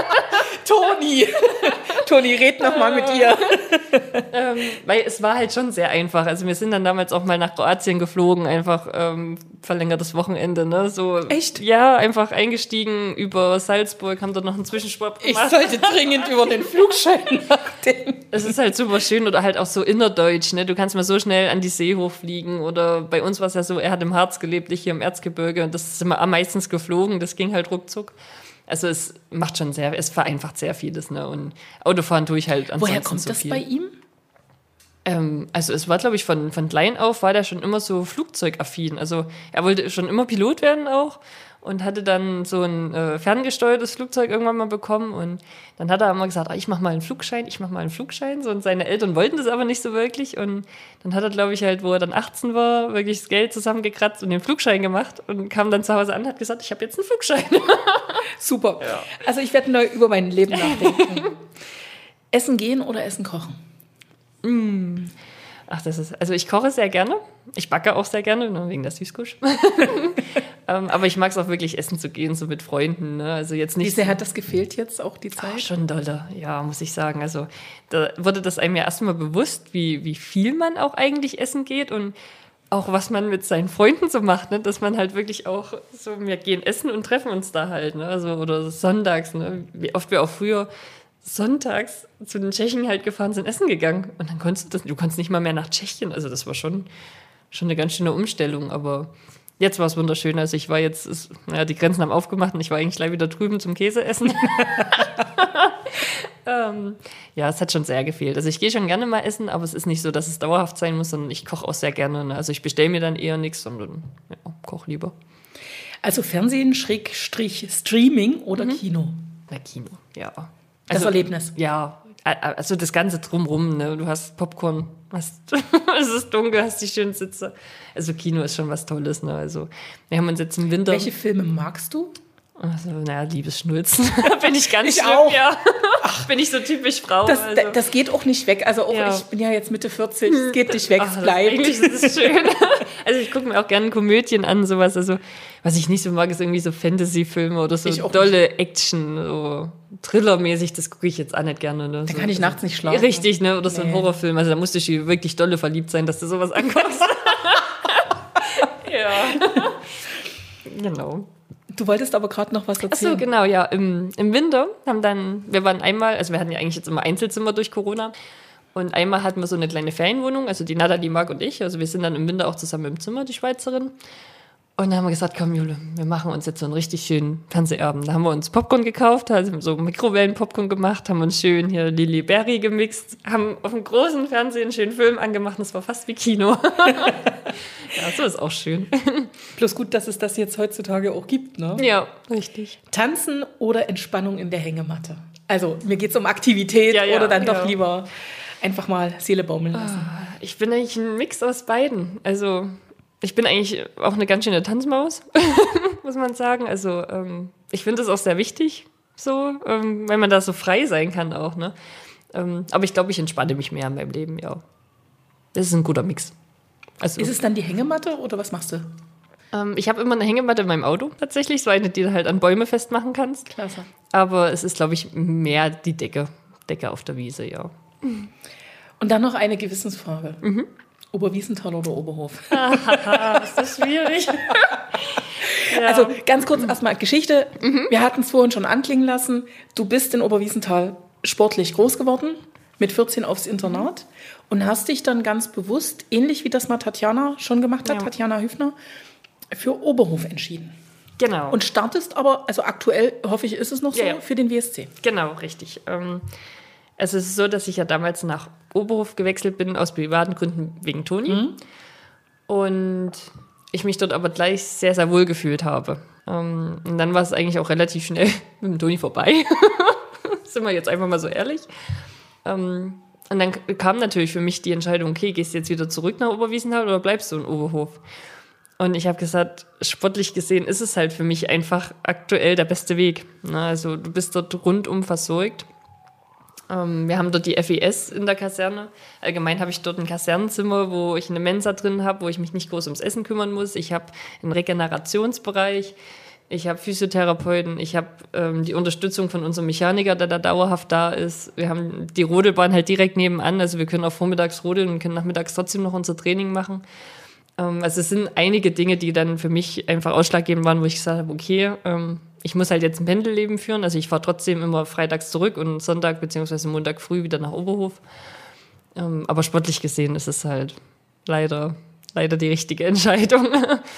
Toni! Toni, red noch mal mit ihr. ähm, weil es war halt schon sehr einfach. Also wir sind dann damals auch mal nach Kroatien geflogen, einfach ähm, verlängertes Wochenende. Ne? So, echt? Ja, einfach eingestiegen über Salzburg, haben dort noch einen Zwischenstopp gemacht. Ich sollte dringend über den Flugschein nachdenken. Es ist halt super schön oder halt auch so innerdeutsch. Ne? Du kannst mal so schnell an die See hochfliegen oder bei uns war es ja so, er hat im Harz gelebt, ich hier im Erzgebirge und das sind wir am meisten geflogen, das ging halt ruckzuck. Also es macht schon sehr, es vereinfacht sehr vieles, ne? Und Autofahren tue ich halt ansonsten Woher kommt so das viel. bei ihm? Ähm, also es war, glaube ich, von, von klein auf war der schon immer so flugzeugaffin. Also er wollte schon immer Pilot werden auch und hatte dann so ein äh, ferngesteuertes Flugzeug irgendwann mal bekommen und dann hat er immer gesagt, ah, ich mache mal einen Flugschein, ich mache mal einen Flugschein. So, und seine Eltern wollten das aber nicht so wirklich und dann hat er, glaube ich, halt, wo er dann achtzehn war, wirklich das Geld zusammengekratzt und den Flugschein gemacht und kam dann zu Hause an und hat gesagt, ich habe jetzt einen Flugschein. Super. Ja. Also ich werde neu über mein Leben nachdenken. Essen gehen oder Essen kochen? Mm. Ach, das ist, also ich koche sehr gerne. Ich backe auch sehr gerne, nur wegen der Süßkusch. ähm, aber ich mag es auch wirklich, essen zu gehen, so mit Freunden. Ne? Also jetzt nicht. Wie sehr hat das gefehlt jetzt auch die Zeit? Ach, schon dolle, ja, muss ich sagen. Also da wurde das einem ja erstmal bewusst, wie, wie viel man auch eigentlich essen geht und auch was man mit seinen Freunden so macht, ne? Dass man halt wirklich auch so, wir gehen essen und treffen uns da halt, ne? Also, oder sonntags, ne? Wie oft wir auch früher sonntags zu den Tschechen halt gefahren sind, essen gegangen. Und dann konntest du das, du konntest nicht mal mehr nach Tschechien. Also das war schon, schon eine ganz schöne Umstellung. Aber jetzt war es wunderschön. Also ich war jetzt, ist, naja, die Grenzen haben aufgemacht und ich war eigentlich gleich wieder drüben zum Käseessen. ähm, ja, es hat schon sehr gefehlt. Also ich gehe schon gerne mal essen, aber es ist nicht so, dass es dauerhaft sein muss, sondern ich koche auch sehr gerne. Ne? Also ich bestelle mir dann eher nichts, sondern ja, koche lieber. Also Fernsehen, Schrägstrich, Streaming oder mhm. Kino? Na, Kino, ja. Das Also, Erlebnis. Ja, also das Ganze drumrum, ne? Du hast Popcorn, hast, es ist dunkel, hast die schönen Sitze. Also Kino ist schon was Tolles, ne? Also wir haben uns jetzt im Winter... Welche Filme magst du? Also, naja, Liebesschnulzen. Bin ich ganz ich schlimm, auch. Ja. Bin ich so typisch Frau. Das, also. das geht auch nicht weg. Also auch ja. ich bin ja jetzt Mitte vierzig, es geht nicht weg, Ach, es bleibt. Eigentlich ist es schön. Also ich gucke mir auch gerne Komödien an, sowas. Also was ich nicht so mag, ist irgendwie so Fantasy-Filme oder so dolle nicht. Action, so Thriller-mäßig, das gucke ich jetzt auch nicht gerne. Ne? Da so, kann ich also, nachts nicht schlafen. Richtig, ne? Oder nee. so ein Horrorfilm. Also da musst du wirklich dolle verliebt sein, dass du sowas anguckst. Ja. Genau. Du wolltest aber gerade noch was erzählen. Ach so, genau, ja. Im, Im Winter haben dann, wir waren einmal, also wir hatten ja eigentlich jetzt immer Einzelzimmer durch Corona. Und einmal hatten wir so eine kleine Ferienwohnung, also die Nada, die Marc und ich. Also wir sind dann im Winter auch zusammen im Zimmer, die Schweizerin. Und dann haben wir gesagt, komm Jule, wir machen uns jetzt so einen richtig schönen Fernsehabend. Da haben wir uns Popcorn gekauft, also so Mikrowellen-Popcorn gemacht, haben uns schön hier Lili Berry gemixt, haben auf dem großen Fernsehen einen schönen Film angemacht. Das war fast wie Kino. Ja, so ist auch schön. Bloß gut, dass es das jetzt heutzutage auch gibt, ne? Ja, richtig. Tanzen oder Entspannung in der Hängematte? Also mir geht es um Aktivität ja, ja, oder dann ja. doch lieber einfach mal Seele baumeln lassen. Ich bin eigentlich ein Mix aus beiden. Also ich bin eigentlich auch eine ganz schöne Tanzmaus, muss man sagen. Also ähm, ich finde das auch sehr wichtig, so, ähm, weil man da so frei sein kann auch. Ne? Ähm, aber ich glaube, ich entspanne mich mehr in meinem Leben, ja. Das ist ein guter Mix. Also, ist es dann die Hängematte oder was machst du? Ähm, ich habe immer eine Hängematte in meinem Auto tatsächlich, so eine, die du halt an Bäume festmachen kannst. Klasse. Aber es ist, glaube ich, mehr die Decke, Decke auf der Wiese, ja. Und dann noch eine Gewissensfrage. Mhm. Oberwiesenthal oder Oberhof? Ah, ist das schwierig? Ja. Also ganz kurz erstmal Geschichte. Mhm. Wir hatten es vorhin schon anklingen lassen. Du bist in Oberwiesenthal sportlich groß geworden, mit vierzehn aufs Internat und hast dich dann ganz bewusst, ähnlich wie das mal Tatjana schon gemacht hat, ja. Tatjana Hüfner, für Oberhof entschieden. Genau. Und startest aber, also aktuell, hoffe ich, ist es noch so, ja, ja. für den W S C. Genau, richtig. Ähm, es ist so, dass ich ja damals nach Oberhof gewechselt bin, aus privaten Gründen wegen Toni. Mhm. Und ich mich dort aber gleich sehr, sehr wohl gefühlt habe. Ähm, und dann war es eigentlich auch relativ schnell mit dem Toni vorbei. Sind wir jetzt einfach mal so ehrlich. Ähm, und dann kam natürlich für mich die Entscheidung, okay, gehst du jetzt wieder zurück nach Oberwiesenthal oder bleibst du in Oberhof? Und ich habe gesagt, sportlich gesehen ist es halt für mich einfach aktuell der beste Weg. Also du bist dort rundum versorgt. Wir haben dort die F E S in der Kaserne. Allgemein habe ich dort ein Kasernenzimmer, wo ich eine Mensa drin habe, wo ich mich nicht groß ums Essen kümmern muss. Ich habe einen Regenerationsbereich, ich habe Physiotherapeuten, ich habe ähm, die Unterstützung von unserem Mechaniker, der da dauerhaft da ist. Wir haben die Rodelbahn halt direkt nebenan, also wir können auch vormittags rodeln und können nachmittags trotzdem noch unser Training machen. Ähm, also es sind einige Dinge, die dann für mich einfach ausschlaggebend waren, wo ich gesagt habe, okay, ähm, ich muss halt jetzt ein Pendelleben führen. Also ich fahre trotzdem immer freitags zurück und Sonntag bzw. Montag früh wieder nach Oberhof. Ähm, aber sportlich gesehen ist es halt leider, leider die richtige Entscheidung.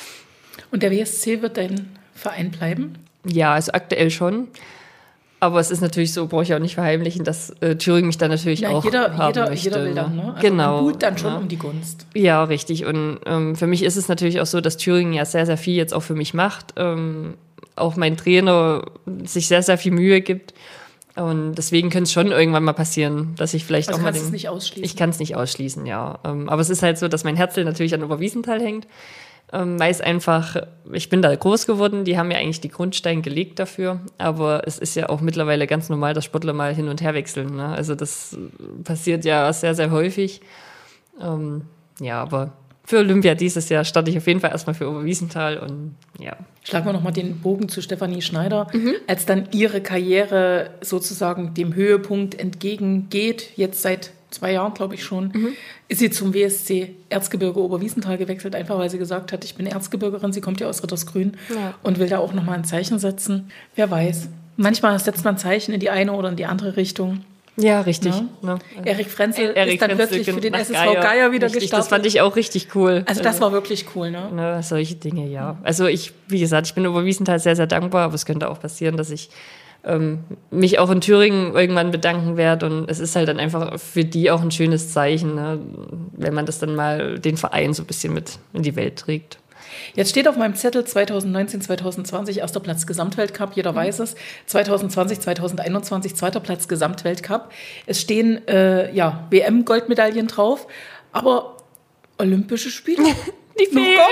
Und der W S C wird dein Verein bleiben? Ja, also aktuell schon. Aber es ist natürlich so, brauche ich auch nicht verheimlichen, dass äh, Thüringen mich dann natürlich ja, auch jeder, haben jeder, möchte. jeder will dann, ne? Also genau. Man buhlt dann schon ja. um die Gunst. Ja, richtig. Und ähm, für mich ist es natürlich auch so, dass Thüringen ja sehr, sehr viel jetzt auch für mich macht. Ähm, auch mein Trainer sich sehr, sehr viel Mühe gibt. Und deswegen könnte es schon irgendwann mal passieren, dass ich vielleicht also auch mal kannst den... es nicht ausschließen? Ich kann es nicht ausschließen, ja. Ähm, aber es ist halt so, dass mein Herzl natürlich an Oberwiesenthal hängt. Ähm, weil es einfach, ich bin da groß geworden, die haben ja eigentlich die Grundsteine gelegt dafür, aber es ist ja auch mittlerweile ganz normal, dass Sportler mal hin und her wechseln. Ne? Also das passiert ja sehr, sehr häufig. Ähm, ja, aber für Olympia dieses Jahr starte ich auf jeden Fall erstmal für Oberwiesenthal und ja. Schlagen wir nochmal den Bogen zu Stefanie Schneider. Mhm. Als dann ihre Karriere sozusagen dem Höhepunkt entgegengeht, jetzt seit zwei Jahren, glaube ich schon, mhm. ist sie zum W S C Erzgebirge Oberwiesenthal gewechselt, einfach weil sie gesagt hat, ich bin Erzgebirgerin, sie kommt ja aus Rittersgrün ja. und will da auch nochmal ein Zeichen setzen. Wer weiß. Manchmal setzt man Zeichen in die eine oder in die andere Richtung. Ja, richtig. Ja. Ja. Erik Frenzel Erik ist dann Frenzel wirklich für den S S V Geier, Geier wieder richtig, gestartet. Das fand ich auch richtig cool. Also das war wirklich cool, ne? ne? Solche Dinge, ja. Also ich, wie gesagt, ich bin Oberwiesenthal sehr, sehr dankbar, aber es könnte auch passieren, dass ich ähm, mich auch in Thüringen irgendwann bedanken werde und es ist halt dann einfach für die auch ein schönes Zeichen, ne? Wenn man das dann mal den Verein so ein bisschen mit in die Welt trägt. Jetzt steht auf meinem Zettel zwanzig neunzehn, zwanzig zwanzig erster Platz Gesamtweltcup, jeder mhm. weiß es. zwanzig zwanzig, zwanzig einundzwanzig zweiter Platz Gesamtweltcup. Es stehen äh, ja, W M-Goldmedaillen drauf, aber Olympische Spiele? Die fehlen. Noch gar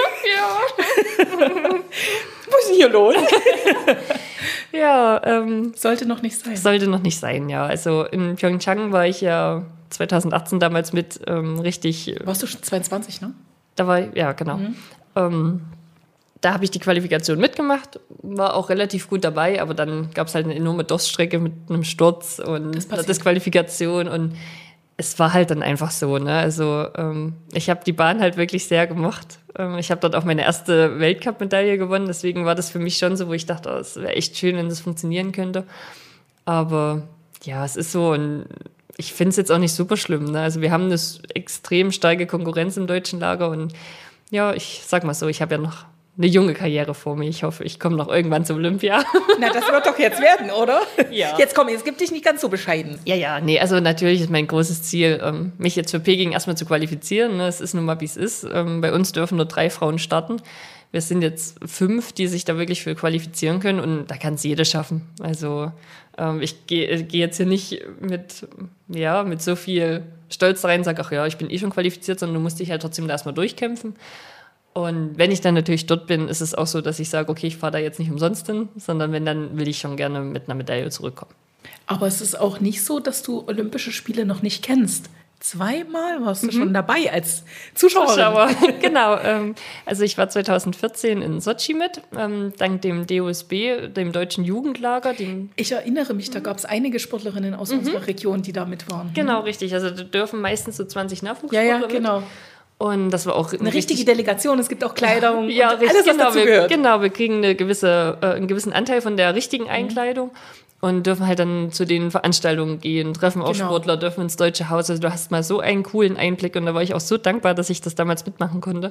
nichts. Ja. Was ist denn hier los? ja, ähm, sollte noch nicht sein. Sollte noch nicht sein, ja. Also in Pyeongchang war ich ja zwanzig achtzehn damals mit ähm, richtig... Warst du schon zweiundzwanzig, ne? Da war ja, genau. Mhm. Ähm, da habe ich die Qualifikation mitgemacht, war auch relativ gut dabei, aber dann gab es halt eine enorme Durststrecke mit einem Sturz und einer Disqualifikation und es war halt dann einfach so, ne? Also ähm, ich habe die Bahn halt wirklich sehr gemocht. Ähm, ich habe dort auch meine erste Weltcup-Medaille gewonnen, deswegen war das für mich schon so, wo ich dachte, oh, es wäre echt schön, wenn das funktionieren könnte. Aber ja, es ist so und ich finde es jetzt auch nicht super schlimm. Ne? Also wir haben eine extrem starke Konkurrenz im deutschen Lager und ja, ich sag mal so, ich habe ja noch eine junge Karriere vor mir. Ich hoffe, ich komme noch irgendwann zum Olympia. Na, das wird doch jetzt werden, oder? Ja. Jetzt komm, jetzt gib dich nicht ganz so bescheiden. Ja, ja, nee, also natürlich ist mein großes Ziel, mich jetzt für Peking erstmal zu qualifizieren. Es ist nun mal, wie es ist. Bei uns dürfen nur drei Frauen starten. Wir sind jetzt fünf, die sich da wirklich für qualifizieren können und da kann es jede schaffen. Also ähm, ich gehe geh jetzt hier nicht mit, ja, mit so viel Stolz da rein und sage, ach ja, ich bin eh schon qualifiziert, sondern du musst dich halt trotzdem da erstmal durchkämpfen. Und wenn ich dann natürlich dort bin, ist es auch so, dass ich sage, okay, ich fahre da jetzt nicht umsonst hin, sondern wenn, dann will ich schon gerne mit einer Medaille zurückkommen. Aber es ist auch nicht so, dass du Olympische Spiele noch nicht kennst. Zweimal warst du mhm. schon dabei als Zuschauerin. Zuschauer, genau. Ähm, also ich war zwanzig vierzehn in Sotschi mit, ähm, dank dem D O S B, dem Deutschen Jugendlager. Dem ich erinnere mich, da gab es einige Sportlerinnen aus mhm. unserer Region, die da mit waren. Genau, richtig. Also da dürfen meistens so zwanzig Nachwuchssportler ja, ja, genau. mit. Und das war auch eine richtige Delegation. Es gibt auch Kleidung ja, und alles, was genau, dazu wir, gehört. Genau, wir kriegen eine gewisse, äh, einen gewissen Anteil von der richtigen Einkleidung. Mhm. Und dürfen halt dann zu den Veranstaltungen gehen, treffen auch genau. Sportler, dürfen ins Deutsche Haus. Also du hast mal so einen coolen Einblick und da war ich auch so dankbar, dass ich das damals mitmachen konnte.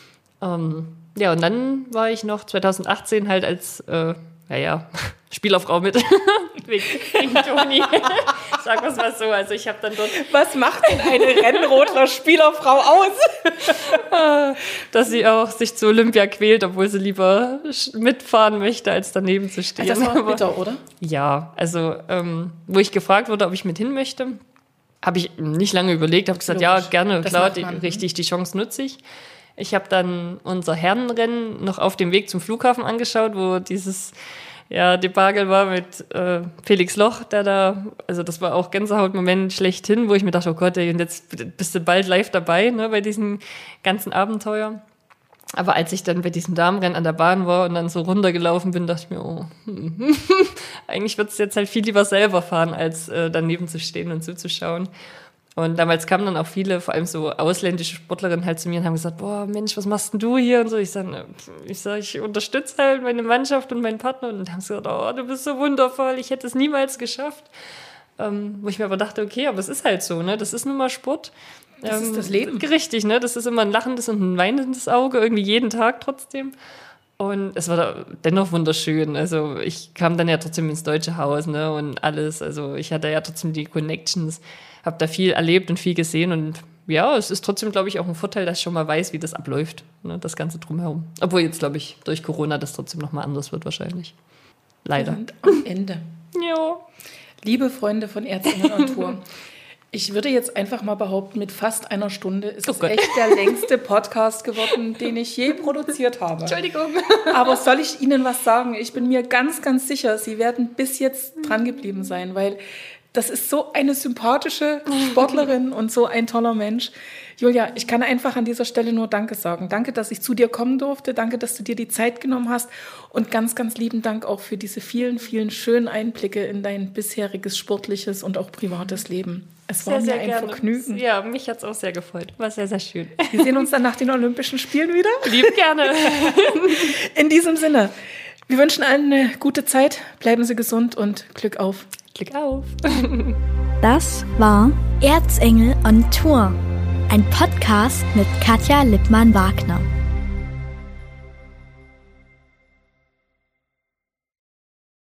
Ähm, ja, und dann war ich noch zwanzig achtzehn halt als, äh, naja, Spielerfrau mit. Wegen Toni. Sagen wir es mal so. Also ich habe dann dort... Was macht denn eine Rennrodler Spielerfrau aus? Dass sie auch sich zu Olympia quält, obwohl sie lieber mitfahren möchte, als daneben zu stehen. Also das war bitter, oder? Ja, also ähm, wo ich gefragt wurde, ob ich mit hin möchte, habe ich nicht lange überlegt, habe gesagt, Logisch. ja, gerne, das klar, die, richtig, die Chance nutze ich. Ich habe dann unser Herrenrennen noch auf dem Weg zum Flughafen angeschaut, wo dieses ja, Debakel war mit äh, Felix Loch, der da, also das war auch Gänsehautmoment schlechthin, wo ich mir dachte, oh Gott, ey, und jetzt bist du bald live dabei, ne, bei diesem ganzen Abenteuer. Aber als ich dann bei diesem Damenrennen an der Bahn war und dann so runtergelaufen bin, dachte ich mir, oh, hm, eigentlich würdest du jetzt halt viel lieber selber fahren, als äh, daneben zu stehen und zuzuschauen. Und damals kamen dann auch viele, vor allem so ausländische Sportlerinnen halt zu mir und haben gesagt, boah, Mensch, was machst denn du hier? Und so, ich sage, ich, sag, ich unterstütze halt meine Mannschaft und meinen Partner. Und dann haben sie gesagt, oh, du bist so wundervoll, ich hätte es niemals geschafft. Ähm, wo ich mir aber dachte, okay, aber es ist halt so, ne? Das ist nun mal Sport. Das ähm, ist das Leben. Richtig, ne? Das ist immer ein lachendes und ein weinendes Auge, irgendwie jeden Tag trotzdem. Und es war dennoch wunderschön. Also ich kam dann ja trotzdem ins Deutsche Haus, ne? Und alles. Also ich hatte ja trotzdem die Connections, habe da viel erlebt und viel gesehen. Und ja, es ist trotzdem, glaube ich, auch ein Vorteil, dass ich schon mal weiß, wie das abläuft, ne? Das Ganze drumherum. Obwohl jetzt, glaube ich, durch Corona das trotzdem noch mal anders wird wahrscheinlich. Leider. Und am Ende. Ja. Liebe Freunde von Erzengel on Tour, ich würde jetzt einfach mal behaupten, mit fast einer Stunde ist es oh echt der längste Podcast geworden, den ich je produziert habe. Entschuldigung. Aber soll ich Ihnen was sagen? Ich bin mir ganz, ganz sicher, Sie werden bis jetzt dran geblieben sein, weil das ist so eine sympathische Sportlerin und so ein toller Mensch. Julia, ich kann einfach an dieser Stelle nur Danke sagen. Danke, dass ich zu dir kommen durfte. Danke, dass du dir die Zeit genommen hast. Und ganz, ganz lieben Dank auch für diese vielen, vielen schönen Einblicke in dein bisheriges sportliches und auch privates Leben. Es war sehr, mir sehr ein gerne. Vergnügen. Ja, mich hat es auch sehr gefreut. War sehr, sehr schön. Wir sehen uns dann nach den Olympischen Spielen wieder. Lieb gerne. In diesem Sinne, wir wünschen allen eine gute Zeit. Bleiben Sie gesund und Glück auf. Glück auf. Das war Erzengel on Tour, ein Podcast mit Katja Lippmann-Wagner.